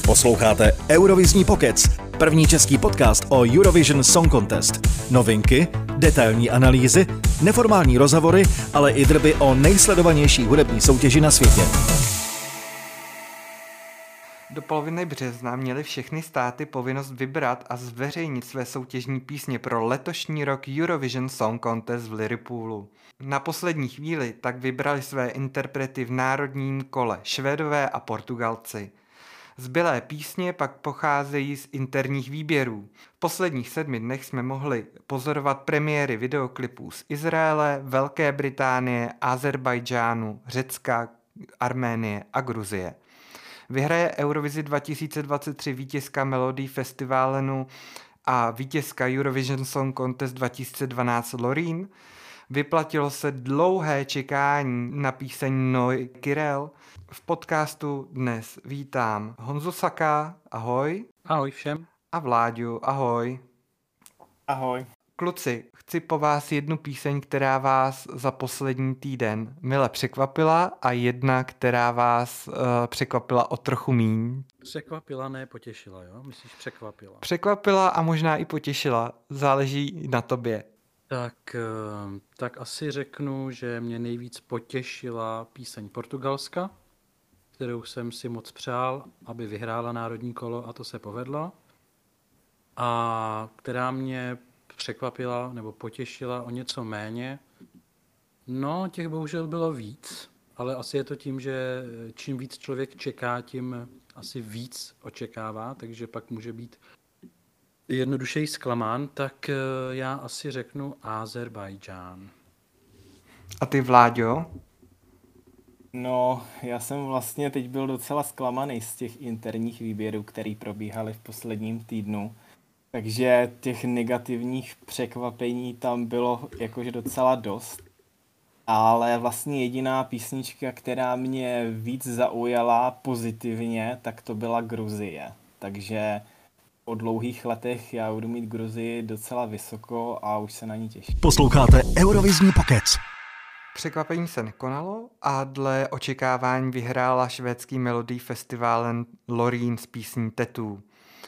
Posloucháte Eurovizní pokec, první český podcast o Eurovision Song Contest. Novinky, detailní analýzy, neformální rozhovory, ale i drby o nejsledovanější hudební soutěži na světě. Do poloviny března měly všechny státy povinnost vybrat a zveřejnit své soutěžní písně pro letošní rok Eurovision Song Contest v Liverpoolu. Na poslední chvíli tak vybrali své interprety v národním kole Švédové a Portugalci. Zbylé písně pak pocházejí z interních výběrů. V posledních 7 dnech jsme mohli pozorovat premiéry videoklipů z Izraele, Velké Británie, Azerbajdžánu, Řecka, Arménie a Gruzie. Vyhraje Eurovizi 2023 vítězka Melody Festiválenu a vítězka Eurovision Song Contest 2012 Loreen. Vyplatilo se dlouhé čekání na píseň Noi Kirel. V podcastu dnes vítám Honzu Saka, ahoj. Ahoj všem. A Vláďu, ahoj. Ahoj. Kluci, chci po vás jednu píseň, která vás za poslední týden mile překvapila a jedna, která vás překvapila o trochu míň. Překvapila, ne potěšila, jo? Myslíš překvapila? Překvapila a možná i potěšila, záleží na tobě. Tak asi řeknu, že mě nejvíc potěšila píseň Portugalska, kterou jsem si moc přál, aby vyhrála národní kolo a to se povedlo. A která mě překvapila nebo potěšila o něco méně. No, těch bohužel bylo víc, ale asi je to tím, že čím víc člověk čeká, tím asi víc očekává, takže pak může být jednodušeji zklamán, tak já asi řeknu Azerbajdžán. A ty, Vláďo? No, já jsem vlastně teď byl docela zklamaný z těch interních výběrů, které probíhaly v posledním týdnu. Takže těch negativních překvapení tam bylo jakože docela dost. Ale vlastně jediná písnička, která mě víc zaujala pozitivně, tak to byla Gruzie. Takže po dlouhých letech já budu mít Gruzii docela vysoko a už se na ní těším. Posloucháte Eurovizní pokec. Překvapení se nekonalo a dle očekávání vyhrála švédský Melody Festivalen Loreen s písní Tattoo.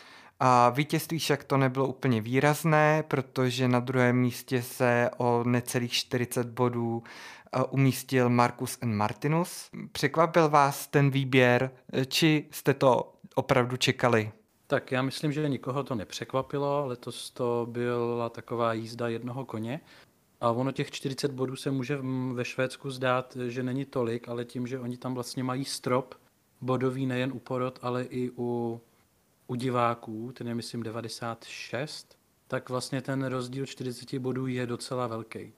A vítězství však to nebylo úplně výrazné, protože na druhém místě se o necelých 40 bodů umístil Marcus and Martinus. Překvapil vás ten výběr, či jste to opravdu čekali? Tak já myslím, že nikoho to nepřekvapilo, letos to byla taková jízda jednoho koně. A ono těch 40 bodů se může ve Švédsku zdát, že není tolik, ale tím, že oni tam vlastně mají strop bodový nejen u porod, ale i u diváků, ten je myslím 96, tak vlastně ten rozdíl 40 bodů je docela velký.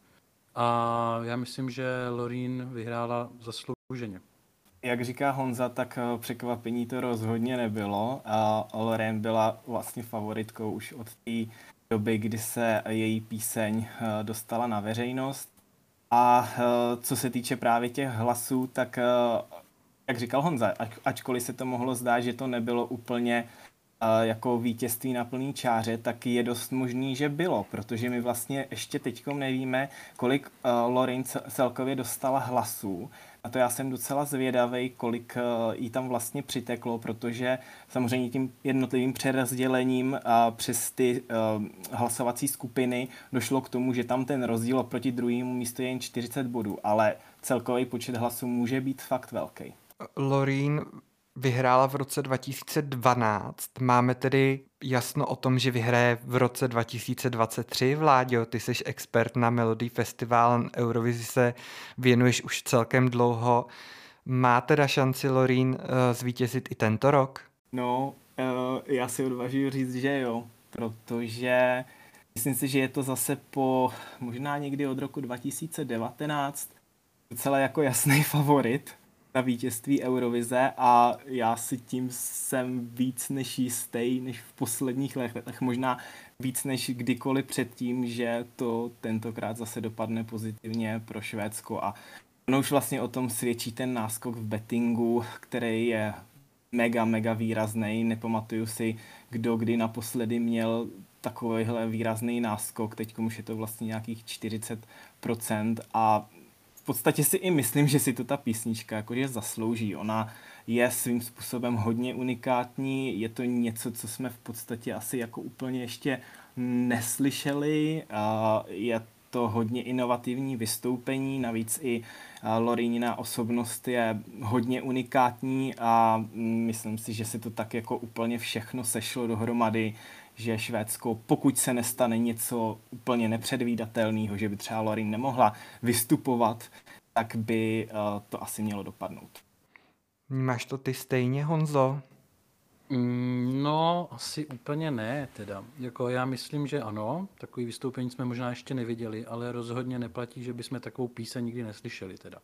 A já myslím, že Loreen vyhrála zaslouženě. Jak říká Honza, tak překvapení to rozhodně nebylo. A Loreen byla vlastně favoritkou už od té doby, kdy se její píseň dostala na veřejnost. A co se týče právě těch hlasů, tak jak říkal Honza, ačkoliv se to mohlo zdát, že to nebylo úplně jako vítězství na plný čáře, tak je dost možný, že bylo, protože my vlastně ještě teďkom nevíme, kolik Loreen celkově dostala hlasů. A to já jsem docela zvědavej, kolik jí tam vlastně přiteklo, protože samozřejmě tím jednotlivým přerozdělením přes ty hlasovací skupiny došlo k tomu, že tam ten rozdíl oproti druhému místu je jen 40 bodů, ale celkový počet hlasů může být fakt velký. Loreen vyhrála v roce 2012. Máme tedy jasno o tom, že vyhraje v roce 2023. Vláďo, ty jsi expert na Melody Festival, Eurovizi se věnuješ už celkem dlouho. Má teda šanci Loreen zvítězit i tento rok? No, já si odvažuji říct, že jo, protože myslím si, že je to zase po možná někdy od roku 2019 docela jako jasný favorit na vítězství Eurovize a já si tím jsem víc než jistý, než v posledních letech, možná víc než kdykoliv předtím, že to tentokrát zase dopadne pozitivně pro Švédsko a ono už vlastně o tom svědčí ten náskok v bettingu, který je mega výrazný. Nepamatuju si, kdo kdy naposledy měl takovýhle výrazný náskok, teď už je to vlastně nějakých 40% a v podstatě si i myslím, že si to ta písnička jakože zaslouží. Ona je svým způsobem hodně unikátní, je to něco, co jsme v podstatě asi jako úplně ještě neslyšeli, je to hodně inovativní vystoupení, navíc i Loreenina osobnost je hodně unikátní a myslím si, že si to tak jako úplně všechno sešlo dohromady, že Švédsko, pokud se nestane něco úplně nepředvídatelného, že by třeba Loreen nemohla vystupovat, tak by to asi mělo dopadnout. Máš to ty stejně, Honzo? No, asi úplně ne, teda. Jako já myslím, že ano, takový vystoupení jsme možná ještě neviděli, ale rozhodně neplatí, že bychom takovou píseň nikdy neslyšeli, teda.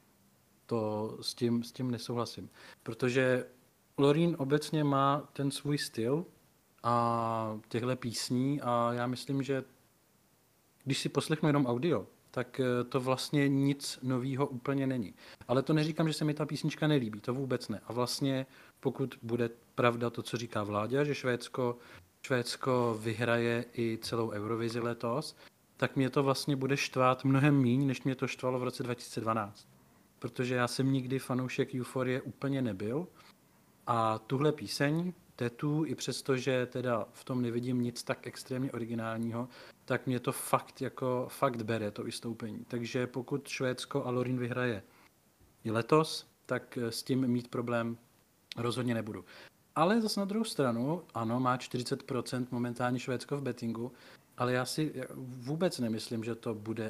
To s tím nesouhlasím. Protože Loreen obecně má ten svůj styl a těchto písní a já myslím, že když si poslechnu jenom audio, tak to vlastně nic novýho úplně není. Ale to neříkám, že se mi ta písnička nelíbí, to vůbec ne. A vlastně pokud bude pravda to, co říká Vláďa, že Švédsko vyhraje i celou Eurovizi letos, tak mě to vlastně bude štvát mnohem míň, než mě to štvalo v roce 2012. Protože já jsem nikdy fanoušek Euforie úplně nebyl a tuhle píseň, Tattoo, i přesto, že teda v tom nevidím nic tak extrémně originálního, tak mě to fakt bere, to vystoupení. Takže pokud Švédsko a Loreen vyhraje i letos, tak s tím mít problém rozhodně nebudu. Ale zase na druhou stranu, ano, má 40% momentálně Švédsko v bettingu, ale já si vůbec nemyslím, že to bude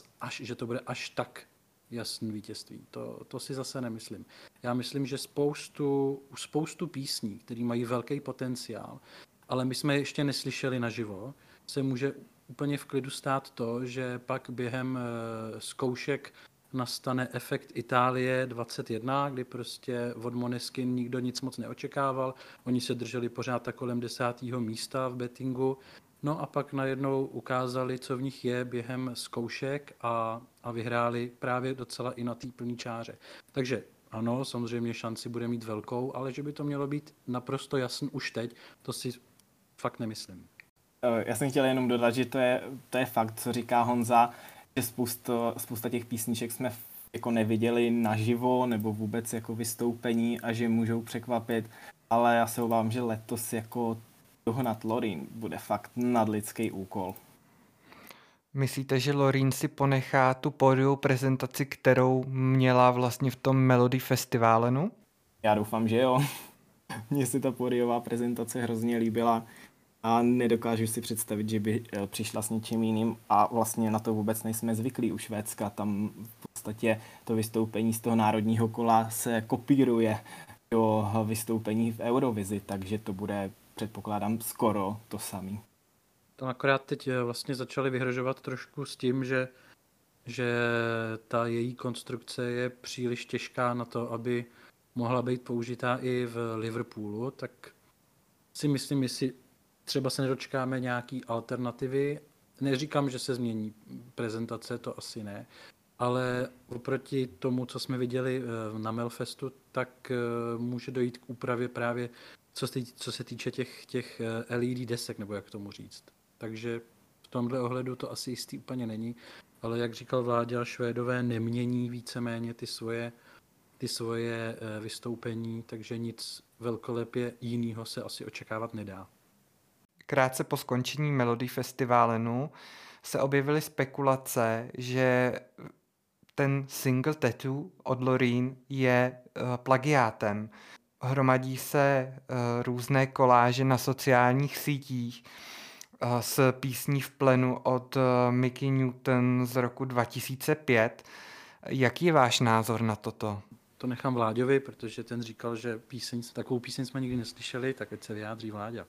až tak jasný vítězství. To si zase nemyslím. Já myslím, že spoustu písní, které mají velký potenciál, ale my jsme ještě neslyšeli naživo, se může úplně v klidu stát to, že pak během zkoušek nastane efekt Itálie 21, kdy prostě od Måneskin nikdo nic moc neočekával. Oni se drželi pořád tak kolem 10. místa v bettingu. No a pak najednou ukázali, co v nich je během zkoušek a vyhráli právě docela i na té plný čáře. Takže ano, samozřejmě šanci bude mít velkou, ale že by to mělo být naprosto jasný už teď, to si fakt nemyslím. Já jsem chtěl jenom dodat, že to je fakt, co říká Honza, že spousta těch písniček jsme jako neviděli naživo nebo vůbec jako vystoupení a že můžou překvapit, ale já se obávám, že letos jako dohnat Loreen bude fakt nadlidský úkol. Myslíte, že Loreen si ponechá tu pódiovou prezentaci, kterou měla vlastně v tom Melody Festiválenu? Já doufám, že jo. Mně se ta pódiová prezentace hrozně líbila a nedokážu si představit, že by přišla s něčím jiným a vlastně na to vůbec nejsme zvyklí u Švédska. Tam v podstatě to vystoupení z toho národního kola se kopíruje do vystoupení v Eurovizi, takže to bude, předpokládám, skoro to samý. To akorát teď vlastně začali vyhrožovat trošku s tím, že ta její konstrukce je příliš těžká na to, aby mohla být použitá i v Liverpoolu, tak si myslím, jestli třeba se nedočkáme nějaký alternativy. Neříkám, že se změní prezentace, to asi ne, ale oproti tomu, co jsme viděli na Melfestu, tak může dojít k úpravě právě co se týče těch LED desek, nebo jak tomu říct. Takže v tomhle ohledu to asi jistý úplně není, ale jak říkal Vláďa, Švédové nemění víceméně ty svoje vystoupení, takže nic velkolepě jinýho se asi očekávat nedá. Krátce po skončení Melody Festiválenu se objevily spekulace, že ten single Tattoo od Loreen je plagiátem. Hromadí se různé koláže na sociálních sítích s písní v plenu od Mickey Newton z roku 2005. Jaký je váš názor na toto? To nechám Vláďovi, protože ten říkal, že takovou píseň jsme nikdy neslyšeli, tak ať se vyjádří Vláďa.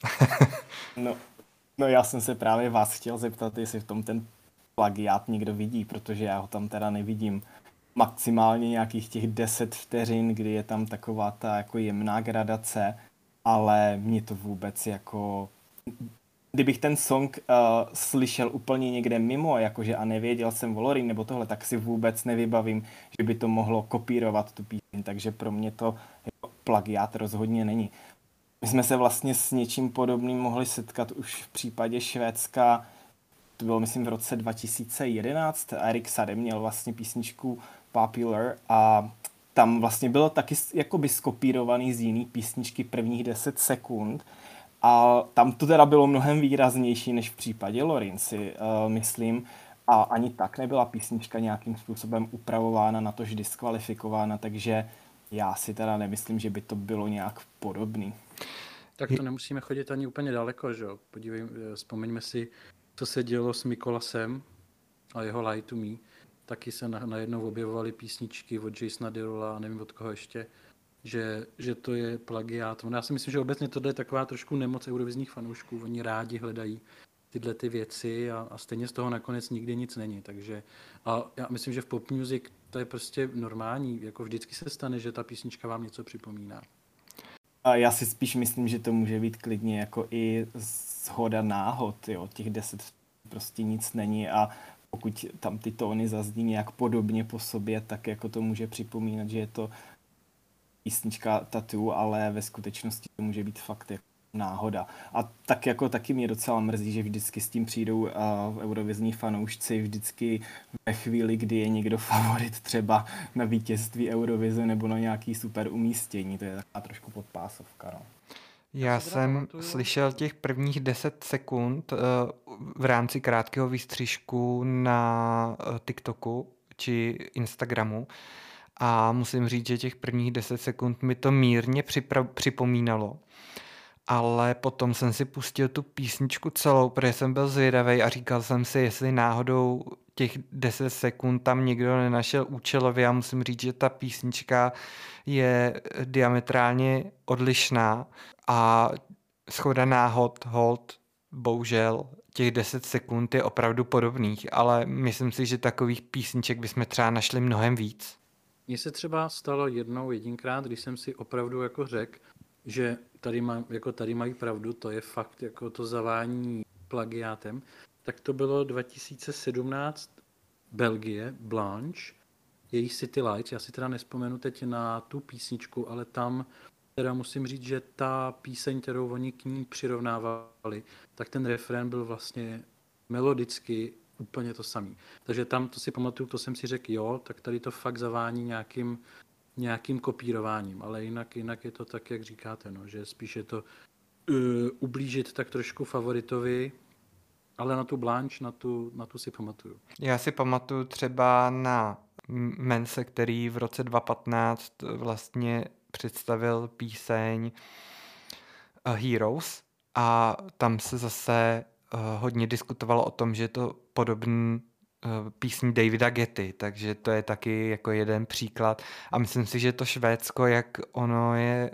No já jsem se právě vás chtěl zeptat, jestli v tom ten plagiát někdo vidí, protože já ho tam teda nevidím. Maximálně nějakých těch 10 vteřin, kdy je tam taková ta jako jemná gradace, ale mě to vůbec jako... Kdybych ten song slyšel úplně někde mimo, jakože a nevěděl jsem o Loreen nebo tohle, tak si vůbec nevybavím, že by to mohlo kopírovat tu píseň, takže pro mě to jako plagiát rozhodně není. My jsme se vlastně s něčím podobným mohli setkat už v případě Švédska, to bylo myslím v roce 2011, Erik Saade měl vlastně písničku Popular a tam vlastně bylo taky jakoby skopírovaný z jiný písničky prvních 10 sekund a tam to teda bylo mnohem výraznější než v případě Lorin, si myslím. A ani tak nebyla písnička nějakým způsobem upravována, natož diskvalifikována, takže já si teda nemyslím, že by to bylo nějak podobný. Tak to nemusíme chodit ani úplně daleko, že jo? Vzpomeňme si, co se dělo s Mikolasem a jeho Lie to Me. Taky se najednou objevovaly písničky od Jasona Derulla a nevím od koho ještě, že to je plagiát. Já si myslím, že obecně tohle je taková trošku nemoc eurovizních fanoušků. Oni rádi hledají tyhle ty věci a stejně z toho nakonec nikdy nic není. Takže a já myslím, že v pop music to je prostě normální. Jako vždycky se stane, že ta písnička vám něco připomíná. A já si spíš myslím, že to může být klidně jako i shoda náhod. Jo. Těch 10 prostě nic není a pokud tam ty tóny zazní nějak podobně po sobě, tak jako to může připomínat, že je to písnička Tattoo, ale ve skutečnosti to může být fakt jako náhoda. A tak jako taky mě docela mrzí, že vždycky s tím přijdou eurovizní fanoušci vždycky ve chvíli, kdy je někdo favorit třeba na vítězství Eurovize nebo na nějaký super umístění. To je taková trošku podpásovka. No. Já jsem slyšel těch prvních 10 sekund v rámci krátkého výstřižku na TikToku či Instagramu a musím říct, že těch prvních 10 sekund mi to mírně připomínalo. Ale potom jsem si pustil tu písničku celou, protože jsem byl zvědavej a říkal jsem si, jestli náhodou těch 10 sekund tam někdo nenašel účelově a musím říct, že ta písnička je diametrálně odlišná a shoda náhod, bohužel, těch 10 sekund je opravdu podobných, ale myslím si, že takových písniček bychom třeba našli mnohem víc. Mně se třeba stalo jedinkrát, když jsem si opravdu jako řekl, že tady mají pravdu, to je fakt jako to zavání plagiátem, tak to bylo 2017 Belgie, Blanche, její City Lights, já si teda nespomenu teď na tu písničku, ale tam teda musím říct, že ta píseň, kterou oni k ní přirovnávali, tak ten refrén byl vlastně melodicky úplně to samý. Takže tam to si pamatuju, to jsem si řekl, jo, tak tady to fakt zavání nějakým kopírováním, ale jinak je to tak, jak říkáte, no, že spíš je to ublížit tak trošku favoritovi, ale na tu Blanche, na tu si pamatuju. Já si pamatuju třeba na Mense, který v roce 2015 vlastně představil píseň Heroes a tam se zase hodně diskutovalo o tom, že je to podobný písní Davida Getty, takže to je taky jako jeden příklad a myslím si, že to Švédsko, jak ono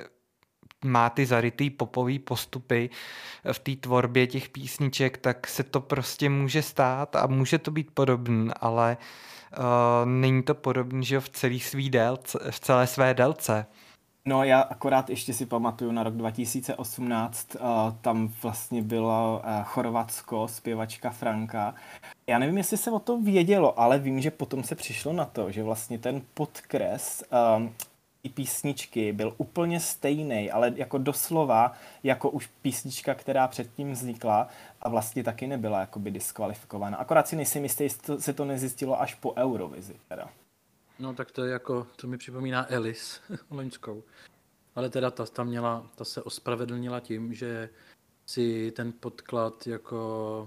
má ty zarytý popový postupy v té tvorbě těch písniček, tak se to prostě může stát a může to být podobný, ale není to podobný, že v celé své délce. No já akorát ještě si pamatuju na rok 2018, tam vlastně bylo Chorvatsko, zpěvačka Franka. Já nevím, jestli se o to vědělo, ale vím, že potom se přišlo na to, že vlastně ten podkres i písničky byl úplně stejný, ale jako doslova, jako už písnička, která předtím vznikla a vlastně taky nebyla jakoby diskvalifikována. Akorát si nejsem jistý, jestli se to nezjistilo až po Eurovizi teda. No tak to je jako, to mi připomíná Alice loňskou. Ale teda ta se ospravedlnila tím, že si ten podklad jako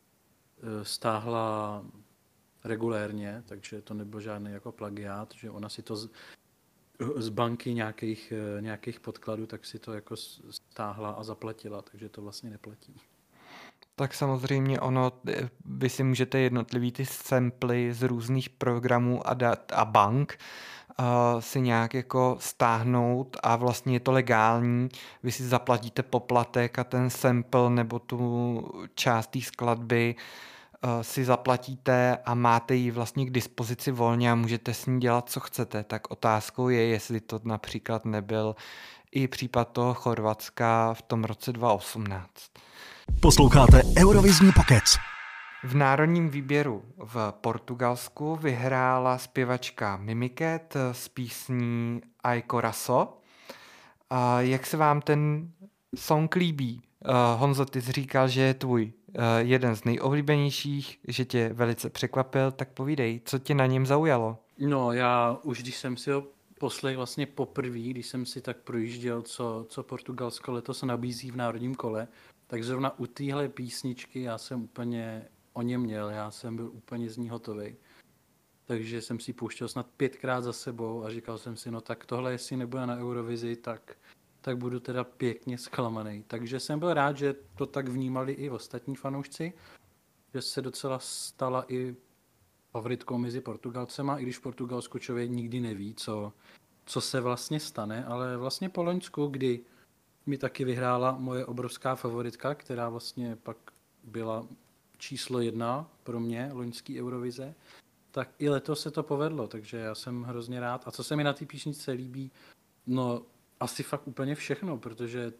stáhla regulérně, takže to nebyl žádný jako plagiát, že ona si to z banky nějakých podkladů, tak si to jako stáhla a zaplatila, takže to vlastně neplatí. Tak samozřejmě vy si můžete jednotlivý ty samply z různých programů a bank si nějak jako stáhnout a vlastně je to legální. Vy si zaplatíte poplatek a ten sample nebo tu část té skladby si zaplatíte a máte ji vlastně k dispozici volně a můžete s ní dělat, co chcete. Tak otázkou je, jestli to například nebyl i případ toho Chorvatska v tom roce 2018. Posloucháte Eurovizní pokec. V národním výběru v Portugalsku vyhrála zpěvačka Mimiket s písní Ai Coração. Jak se vám ten song líbí? Honzo, ty jsi říkal, že je tvůj jeden z nejoblíbenějších, že tě velice překvapil, tak povídej, co tě na něm zaujalo? No já už když jsem si ho poslech vlastně poprvé, když jsem si tak projížděl, co Portugalsko letos nabízí v národním kole, tak zrovna u téhle písničky já jsem úplně o něm měl, já jsem byl úplně z ní hotovej. Takže jsem si pouštěl snad 5krát za sebou a říkal jsem si, no tak tohle, jestli nebude na Eurovizi, tak budu teda pěkně zklamaný. Takže jsem byl rád, že to tak vnímali i ostatní fanoušci, že se docela stala i favoritkou mezi Portugalcema, i když v Portugalsku člověk nikdy neví, co se vlastně stane, ale vlastně po loňsku, kdy mi taky vyhrála moje obrovská favoritka, která vlastně pak byla číslo 1 pro mě, loňský Eurovize, tak i letos se to povedlo, takže já jsem hrozně rád. A co se mi na té písničce líbí, no asi fakt úplně všechno, protože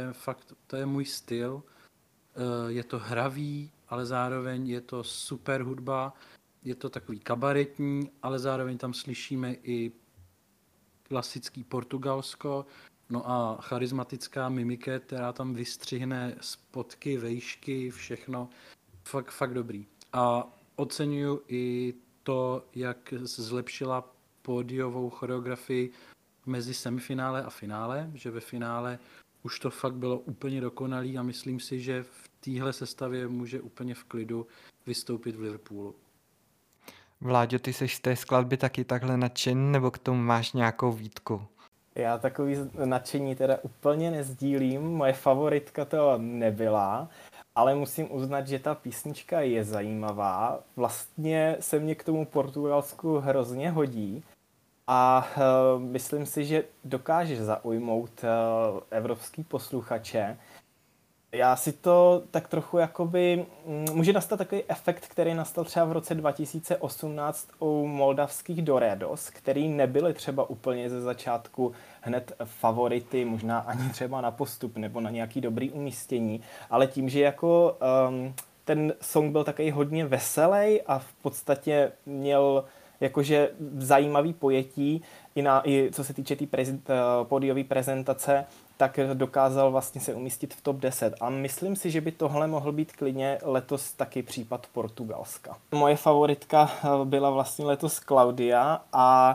to je můj styl, je to hravý, ale zároveň je to super hudba, je to takový kabaretní, ale zároveň tam slyšíme i klasický Portugalsko, no a charismatická Mimike, která tam vystřihne spotky, vejšky, všechno, fakt dobrý. A oceňuju i to, jak zlepšila pódiovou choreografii mezi semifinále a finále, že ve finále už to fakt bylo úplně dokonalý a myslím si, že v téhle sestavě může úplně v klidu vystoupit v Liverpoolu. Vláďo, ty seš z té skladby taky takhle nadšený, nebo k tomu máš nějakou výtku? Já takový nadšení teda úplně nezdílím, moje favoritka to nebyla, ale musím uznat, že ta písnička je zajímavá. Vlastně se mě k tomu Portugalsku hrozně hodí a myslím si, že dokáže zaujmout evropský posluchače. Já si to tak trochu jakoby, může nastat takový efekt, který nastal třeba v roce 2018 u moldavských Doredos, který nebyly třeba úplně ze začátku hned favority, možná ani třeba na postup nebo na nějaký dobrý umístění, ale tím, že jako ten song byl takový hodně veselý a v podstatě měl jakože zajímavý pojetí i co se týče té pódiové prezentace, tak dokázal vlastně se umístit v top 10. A myslím si, že by tohle mohl být klidně letos taky případ Portugalska. Moje favoritka byla vlastně letos Claudia a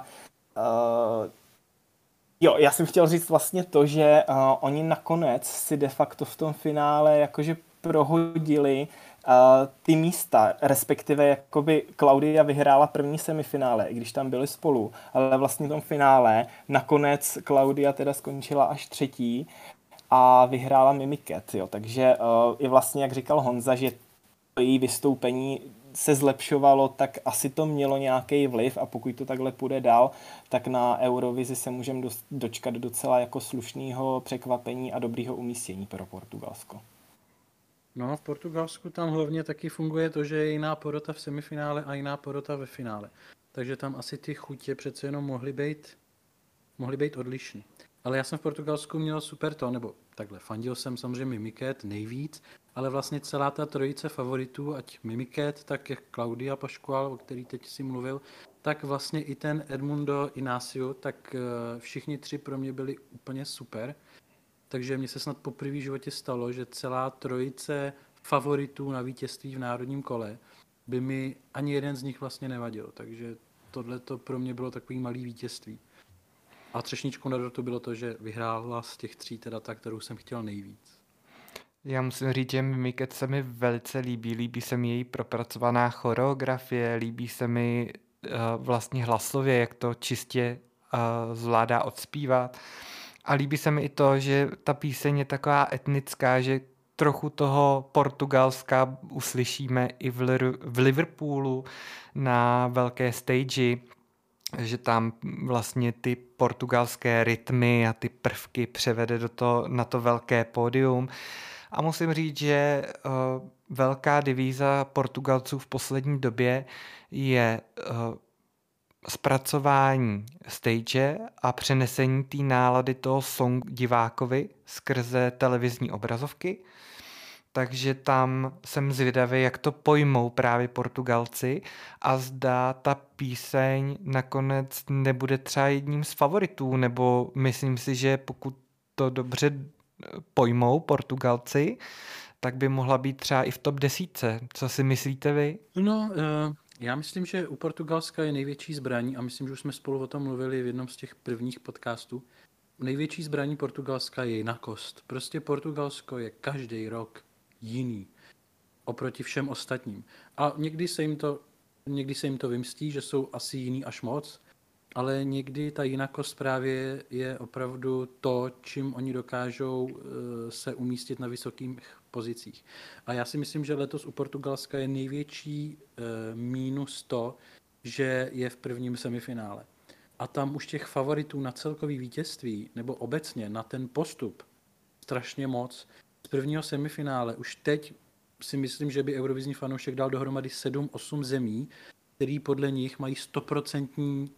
já jsem chtěl říct vlastně to, že oni nakonec si de facto v tom finále jakože prohodili ty místa, respektive jakoby Claudia vyhrála první semifinále, i když tam byli spolu, ale vlastně v tom finále nakonec Claudia teda skončila až 3. a vyhrála Mimiket, jo. Takže i vlastně, jak říkal Honza, že její vystoupení se zlepšovalo, tak asi to mělo nějaký vliv a pokud to takhle půjde dál, tak na Eurovizi se můžeme dočkat docela jako slušného překvapení a dobrýho umístění pro Portugalsko. No, v Portugalsku tam hlavně taky funguje to, že je jiná porota v semifinále a jiná porota ve finále. Takže tam asi ty chutě přece jenom mohly být odlišný. Ale já jsem v Portugalsku měl super to, nebo takhle, fandil jsem samozřejmě Mimiket nejvíc, ale vlastně celá ta trojice favoritů, ať Mimiket, tak jak Claudia Pascual, o který teď si mluvil, tak vlastně i ten Edmundo Inácio, tak všichni 3 pro mě byli úplně super. Takže mně se snad poprvé v životě stalo, že celá trojice favoritů na vítězství v národním kole by mi ani jeden z nich vlastně nevadil. Takže tohle to pro mě bylo takový malý vítězství. A třešničkou na dortu bylo to, že vyhrála z těch 3 teda ta, kterou jsem chtěl nejvíc. Já musím říct, že Mimiket se mi velice líbí se mi její propracovaná choreografie, líbí se mi vlastně hlasově, jak to čistě zvládá odspívat. A líbí se mi i to, že ta píseň je taková etnická, že trochu toho Portugalska uslyšíme i v Liverpoolu na velké stage, že tam vlastně ty portugalské rytmy a ty prvky převede na to velké pódium. A musím říct, že velká devíza Portugalců v poslední době je zpracování stage a přenesení té nálady toho songu divákovi skrze televizní obrazovky. Takže tam jsem zvědavý, jak to pojmou právě Portugalci a zda ta píseň nakonec nebude třeba jedním z favoritů, nebo myslím si, že pokud to dobře pojmou Portugalci, tak by mohla být třeba i v top 10. Co si myslíte vy? No, Já myslím, že u Portugalska je největší zbraní, a myslím, že už jsme spolu o tom mluvili v jednom z těch prvních podcastů, největší zbraní Portugalska je jinakost. Prostě Portugalsko je každý rok jiný oproti všem ostatním. A někdy se jim to vymstí, že jsou asi jiný až moc, ale někdy ta jinakost právě je opravdu to, čím oni dokážou se umístit na vysokých pozicích. A já si myslím, že letos u Portugalska je největší mínus to, že je v prvním semifinále. A tam už těch favoritů na celkový vítězství, nebo obecně na ten postup, strašně moc. Z prvního semifinále už teď si myslím, že by eurovizní fanoušek dal dohromady 7-8 zemí, který podle nich mají 100%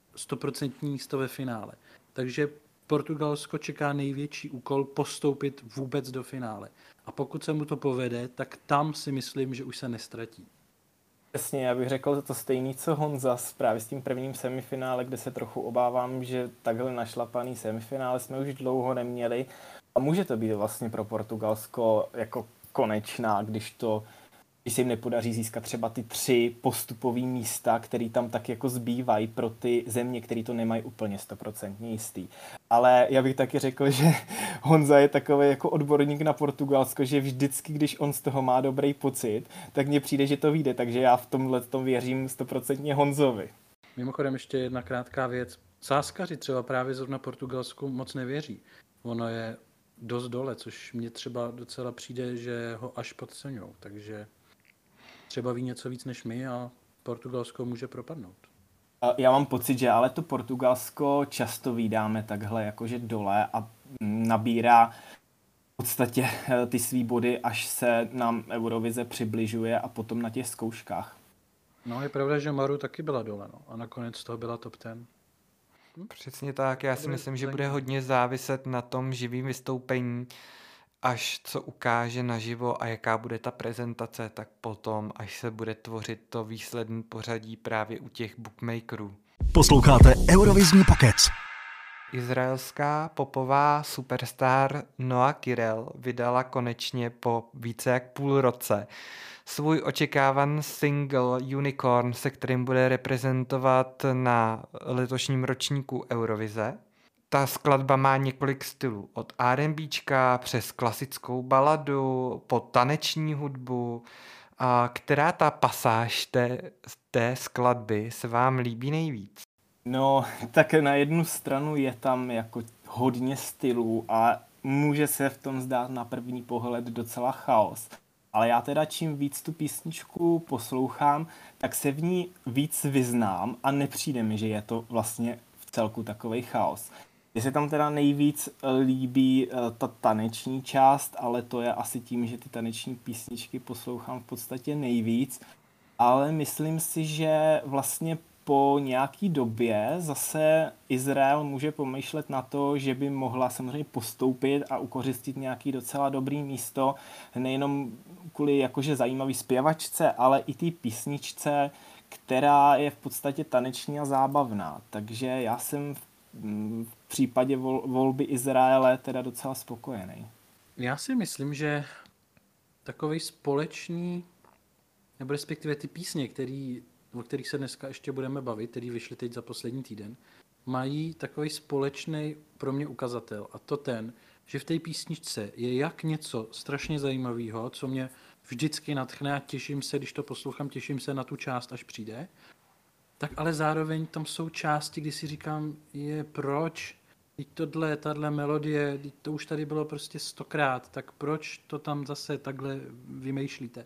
místo ve finále. Takže Portugalsko čeká největší úkol postoupit vůbec do finále. A pokud se mu to povede, tak tam si myslím, že už se nestratí. Přesně, já bych řekl to stejný, co Honza právě s tím prvním semifinále, kde se trochu obávám, že takhle našlapaný semifinále jsme už dlouho neměli. A může to být vlastně pro Portugalsko jako konečná, když se jim nepodaří získat třeba ty 3 postupové místa, které tam tak jako zbývají pro ty země, které to nemají úplně 100% jistý. Ale já bych taky řekl, že Honza je takový jako odborník na Portugalsko, že vždycky, když on z toho má dobrý pocit, tak mně přijde, že to vyjde, takže já v tomhle věřím 100% Honzovi. Mimochodem ještě jedna krátká věc. Sáskaři třeba právě zrovna Portugalsku moc nevěří. Ono je dost dole, což mně třeba docela přijde, že ho až podceňují, takže třeba ví něco víc než my a Portugalsko může propadnout. Já mám pocit, že ale to Portugalsko často vídáme takhle jakože dole a nabírá v podstatě ty svý body, až se nám Eurovize přibližuje a potom na těch zkouškách. No je pravda, že Maru taky byla dole, no, a nakonec z toho byla top 10. Přesně tak, já si myslím, že bude hodně záviset na tom živým vystoupení, až co ukáže naživo a jaká bude ta prezentace, tak potom, až se bude tvořit to výsledné pořadí právě u těch bookmakerů. Posloucháte Eurovizní pokec. Izraelská popová superstar Noa Kirel vydala konečně po více jak půl roce svůj očekávaný single Unicorn, se kterým bude reprezentovat na letošním ročníku Eurovize. Ta skladba má několik stylů, od R&Bčka přes klasickou baladu, po taneční hudbu. A která ta pasáž té skladby se vám líbí nejvíc? No, tak na jednu stranu je tam jako hodně stylů a může se v tom zdát na první pohled docela chaos. Ale já teda čím víc tu písničku poslouchám, tak se v ní víc vyznám a nepřijde mi, že je to vlastně v celku takovej chaos. Mně se tam teda nejvíc líbí ta taneční část, ale to je asi tím, že ty taneční písničky poslouchám v podstatě nejvíc. Ale myslím si, že vlastně po nějaký době zase Izrael může pomýšlet na to, že by mohla samozřejmě postoupit a ukořistit nějaký docela dobrý místo, nejenom kvůli jakože zajímavý zpěvačce, ale i té písničce, která je v podstatě taneční a zábavná. Takže já jsem v případě volby Izraele teda docela spokojený. Já si myslím, že takový společný, nebo respektive ty písně, o kterých se dneska ještě budeme bavit, který vyšly teď za poslední týden, mají takový společný pro mě ukazatel, a to ten, že v té písničce je jak něco strašně zajímavého, co mě vždycky nadchne a těším se, když to poslouchám, těším se na tu část, až přijde, tak ale zároveň tam jsou části, kdy si říkám, proč? Teď tahle melodie, to už tady bylo prostě 100krát, tak proč to tam zase takhle vymýšlíte?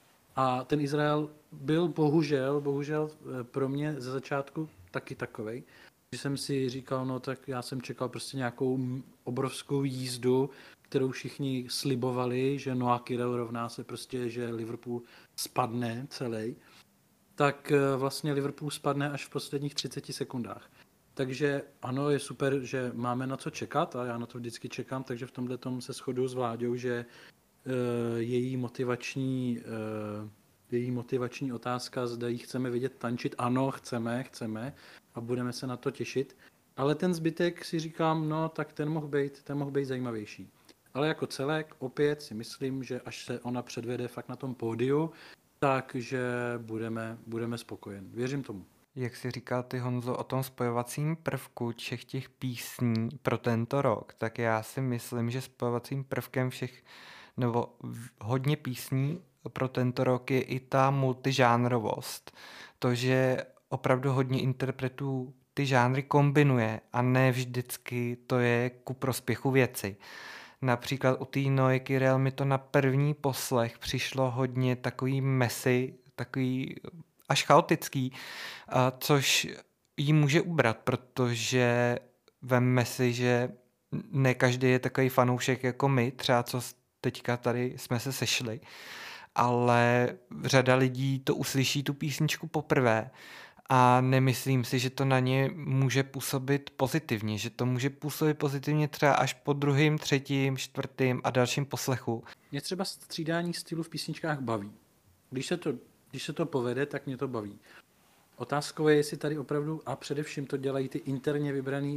A ten Izrael byl bohužel pro mě ze začátku taky takovej, že jsem si říkal, no tak já jsem čekal prostě nějakou obrovskou jízdu, kterou všichni slibovali, že Noa Kirel rovná se prostě, že Liverpool spadne celý. Tak vlastně Liverpool spadne až v posledních 30 sekundách. Takže ano, je super, že máme na co čekat a já na to vždycky čekám, takže v tomhle tom se shoduju s Vláďou, že její motivační otázka, zda jí chceme vidět tančit, ano, chceme a budeme se na to těšit. Ale ten zbytek si říkám, no tak ten mohl být zajímavější. Ale jako celek opět si myslím, že až se ona předvede fakt na tom pódiu, takže budeme spokojen. Věřím tomu. Jak jsi říkal ty, Honzo, o tom spojovacím prvku všech těch písní pro tento rok, tak já si myslím, že spojovacím prvkem všech, nebo hodně písní pro tento rok je i ta multižánrovost. To, že opravdu hodně interpretů ty žánry kombinuje a ne vždycky to je ku prospěchu věci. Například u té Noe Kirel mi to na první poslech přišlo hodně takový messy, takový až chaotický, což jí může ubrat, protože vemme si, že ne každý je takový fanoušek jako my, třeba co teďka tady jsme se sešli, ale řada lidí to uslyší tu písničku poprvé a nemyslím si, že to na ně může působit pozitivně, že to může působit pozitivně třeba až po druhém, třetím, čtvrtým a dalším poslechu. Mě třeba střídání stylu v písničkách baví. Když se to povede, tak mě to baví. Otázkou je, jestli tady opravdu, a především to dělají ty interně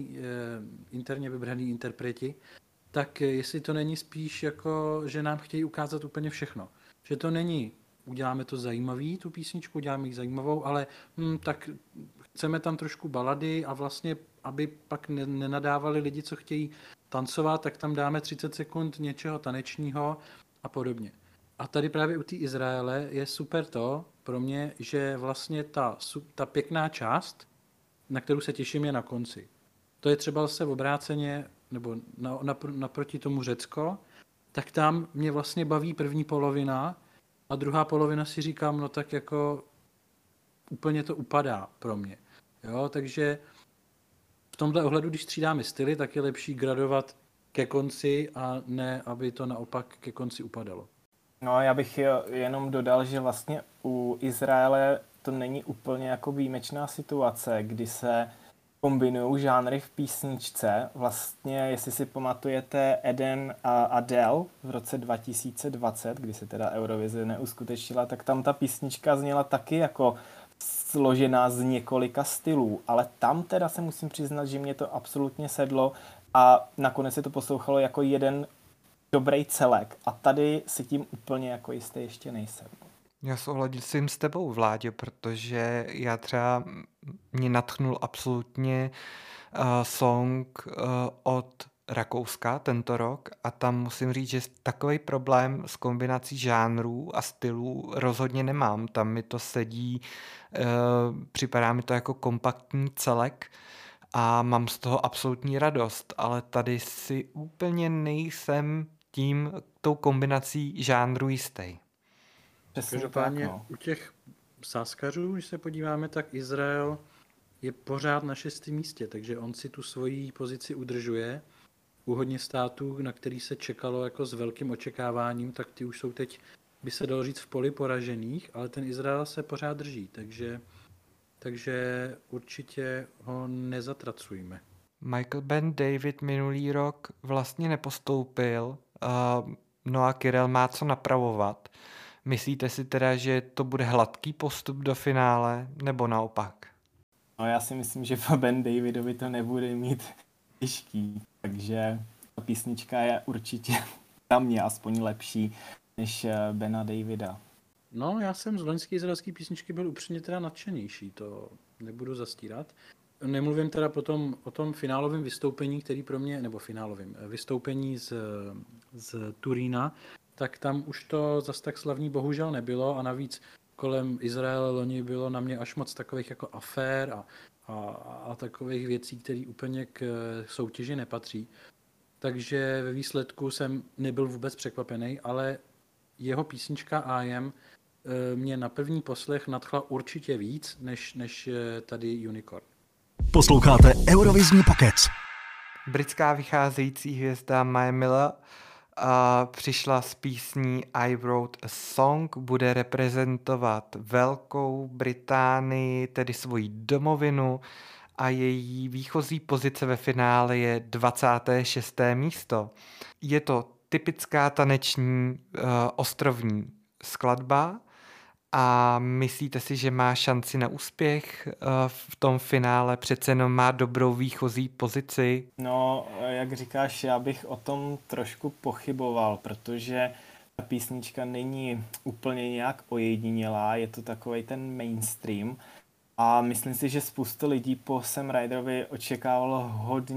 vybraný interpreti, tak jestli to není spíš jako, že nám chtějí ukázat úplně všechno. Že to není, uděláme to zajímavý, tu písničku, uděláme ji zajímavou, ale tak chceme tam trošku balady a vlastně, aby pak nenadávali lidi, co chtějí tancovat, tak tam dáme 30 sekund něčeho tanečního a podobně. A tady právě u té Izraele je super to pro mě, že vlastně ta pěkná část, na kterou se těším, je na konci. To je třeba zase obráceně, nebo naproti tomu Řecko, tak tam mě vlastně baví první polovina a druhá polovina si říkám, no tak jako úplně to upadá pro mě. Jo, takže v tomhle ohledu, když střídáme styly, tak je lepší gradovat ke konci a ne, aby to naopak ke konci upadalo. No, já bych jenom dodal, že vlastně u Izraele to není úplně jako výjimečná situace, kdy se kombinují žánry v písničce. Vlastně, jestli si pamatujete Eden a Adele v roce 2020, kdy se teda Eurovize neuskutečnila, tak tam ta písnička zněla taky jako složená z několika stylů, ale tam teda se musím přiznat, že mě to absolutně sedlo a nakonec se to poslouchalo jako jeden dobrý celek a tady si tím úplně jako jistý ještě nejsem. Já souhlasím s tebou, Vláďo, protože já třeba mě nadchnul absolutně song od Rakouska tento rok a tam musím říct, že takový problém s kombinací žánrů a stylů rozhodně nemám. Tam mi to sedí, připadá mi to jako kompaktní celek a mám z toho absolutní radost, ale tady si úplně nejsem tou kombinací žánrů jistý. Každopádně u těch sáskařů, když se podíváme, tak Izrael je pořád na 6. místě, takže on si tu svoji pozici udržuje. U hodně států, na který se čekalo jako s velkým očekáváním, tak ty už jsou teď, by se dalo říct, v poli poražených, ale ten Izrael se pořád drží, takže určitě ho nezatracujme. Michael Ben David minulý rok vlastně nepostoupil, Noa Kirel má co napravovat. Myslíte si teda, že to bude hladký postup do finále, nebo naopak? No já si myslím, že po Ben Davidovi to nebude mít těžký, takže ta písnička je určitě za mě aspoň lepší než Bena Davida. No, já jsem z loňské izraelské písničky byl upřímně teda nadšenější, to nebudu zastírat. Nemluvím teda potom o tom finálovém vystoupení, který pro mě, nebo finálovém vystoupení z Turína, tak tam už to zas tak slavný bohužel nebylo a navíc kolem Izraele loni bylo na mě až moc takových jako afér a takových věcí, které úplně k soutěži nepatří. Takže ve výsledku jsem nebyl vůbec překvapený, ale jeho písnička I Am mě na první poslech nadchla určitě víc, než tady Unicorn. Posloucháte Eurovizní pokec. Britská vycházející hvězda Maya Miller přišla s písní I Wrote a Song, bude reprezentovat Velkou Británii, tedy svoji domovinu, a její výchozí pozice ve finále je 26. místo. Je to typická taneční ostrovní skladba a myslíte si, že má šanci na úspěch v tom finále? Přece jenom má dobrou výchozí pozici. No, jak říkáš, já bych o tom trošku pochyboval, protože ta písnička není úplně nějak ojedinělá, je to takovej ten mainstream a myslím si, že spousta lidí po Sam Ryderovi očekávalo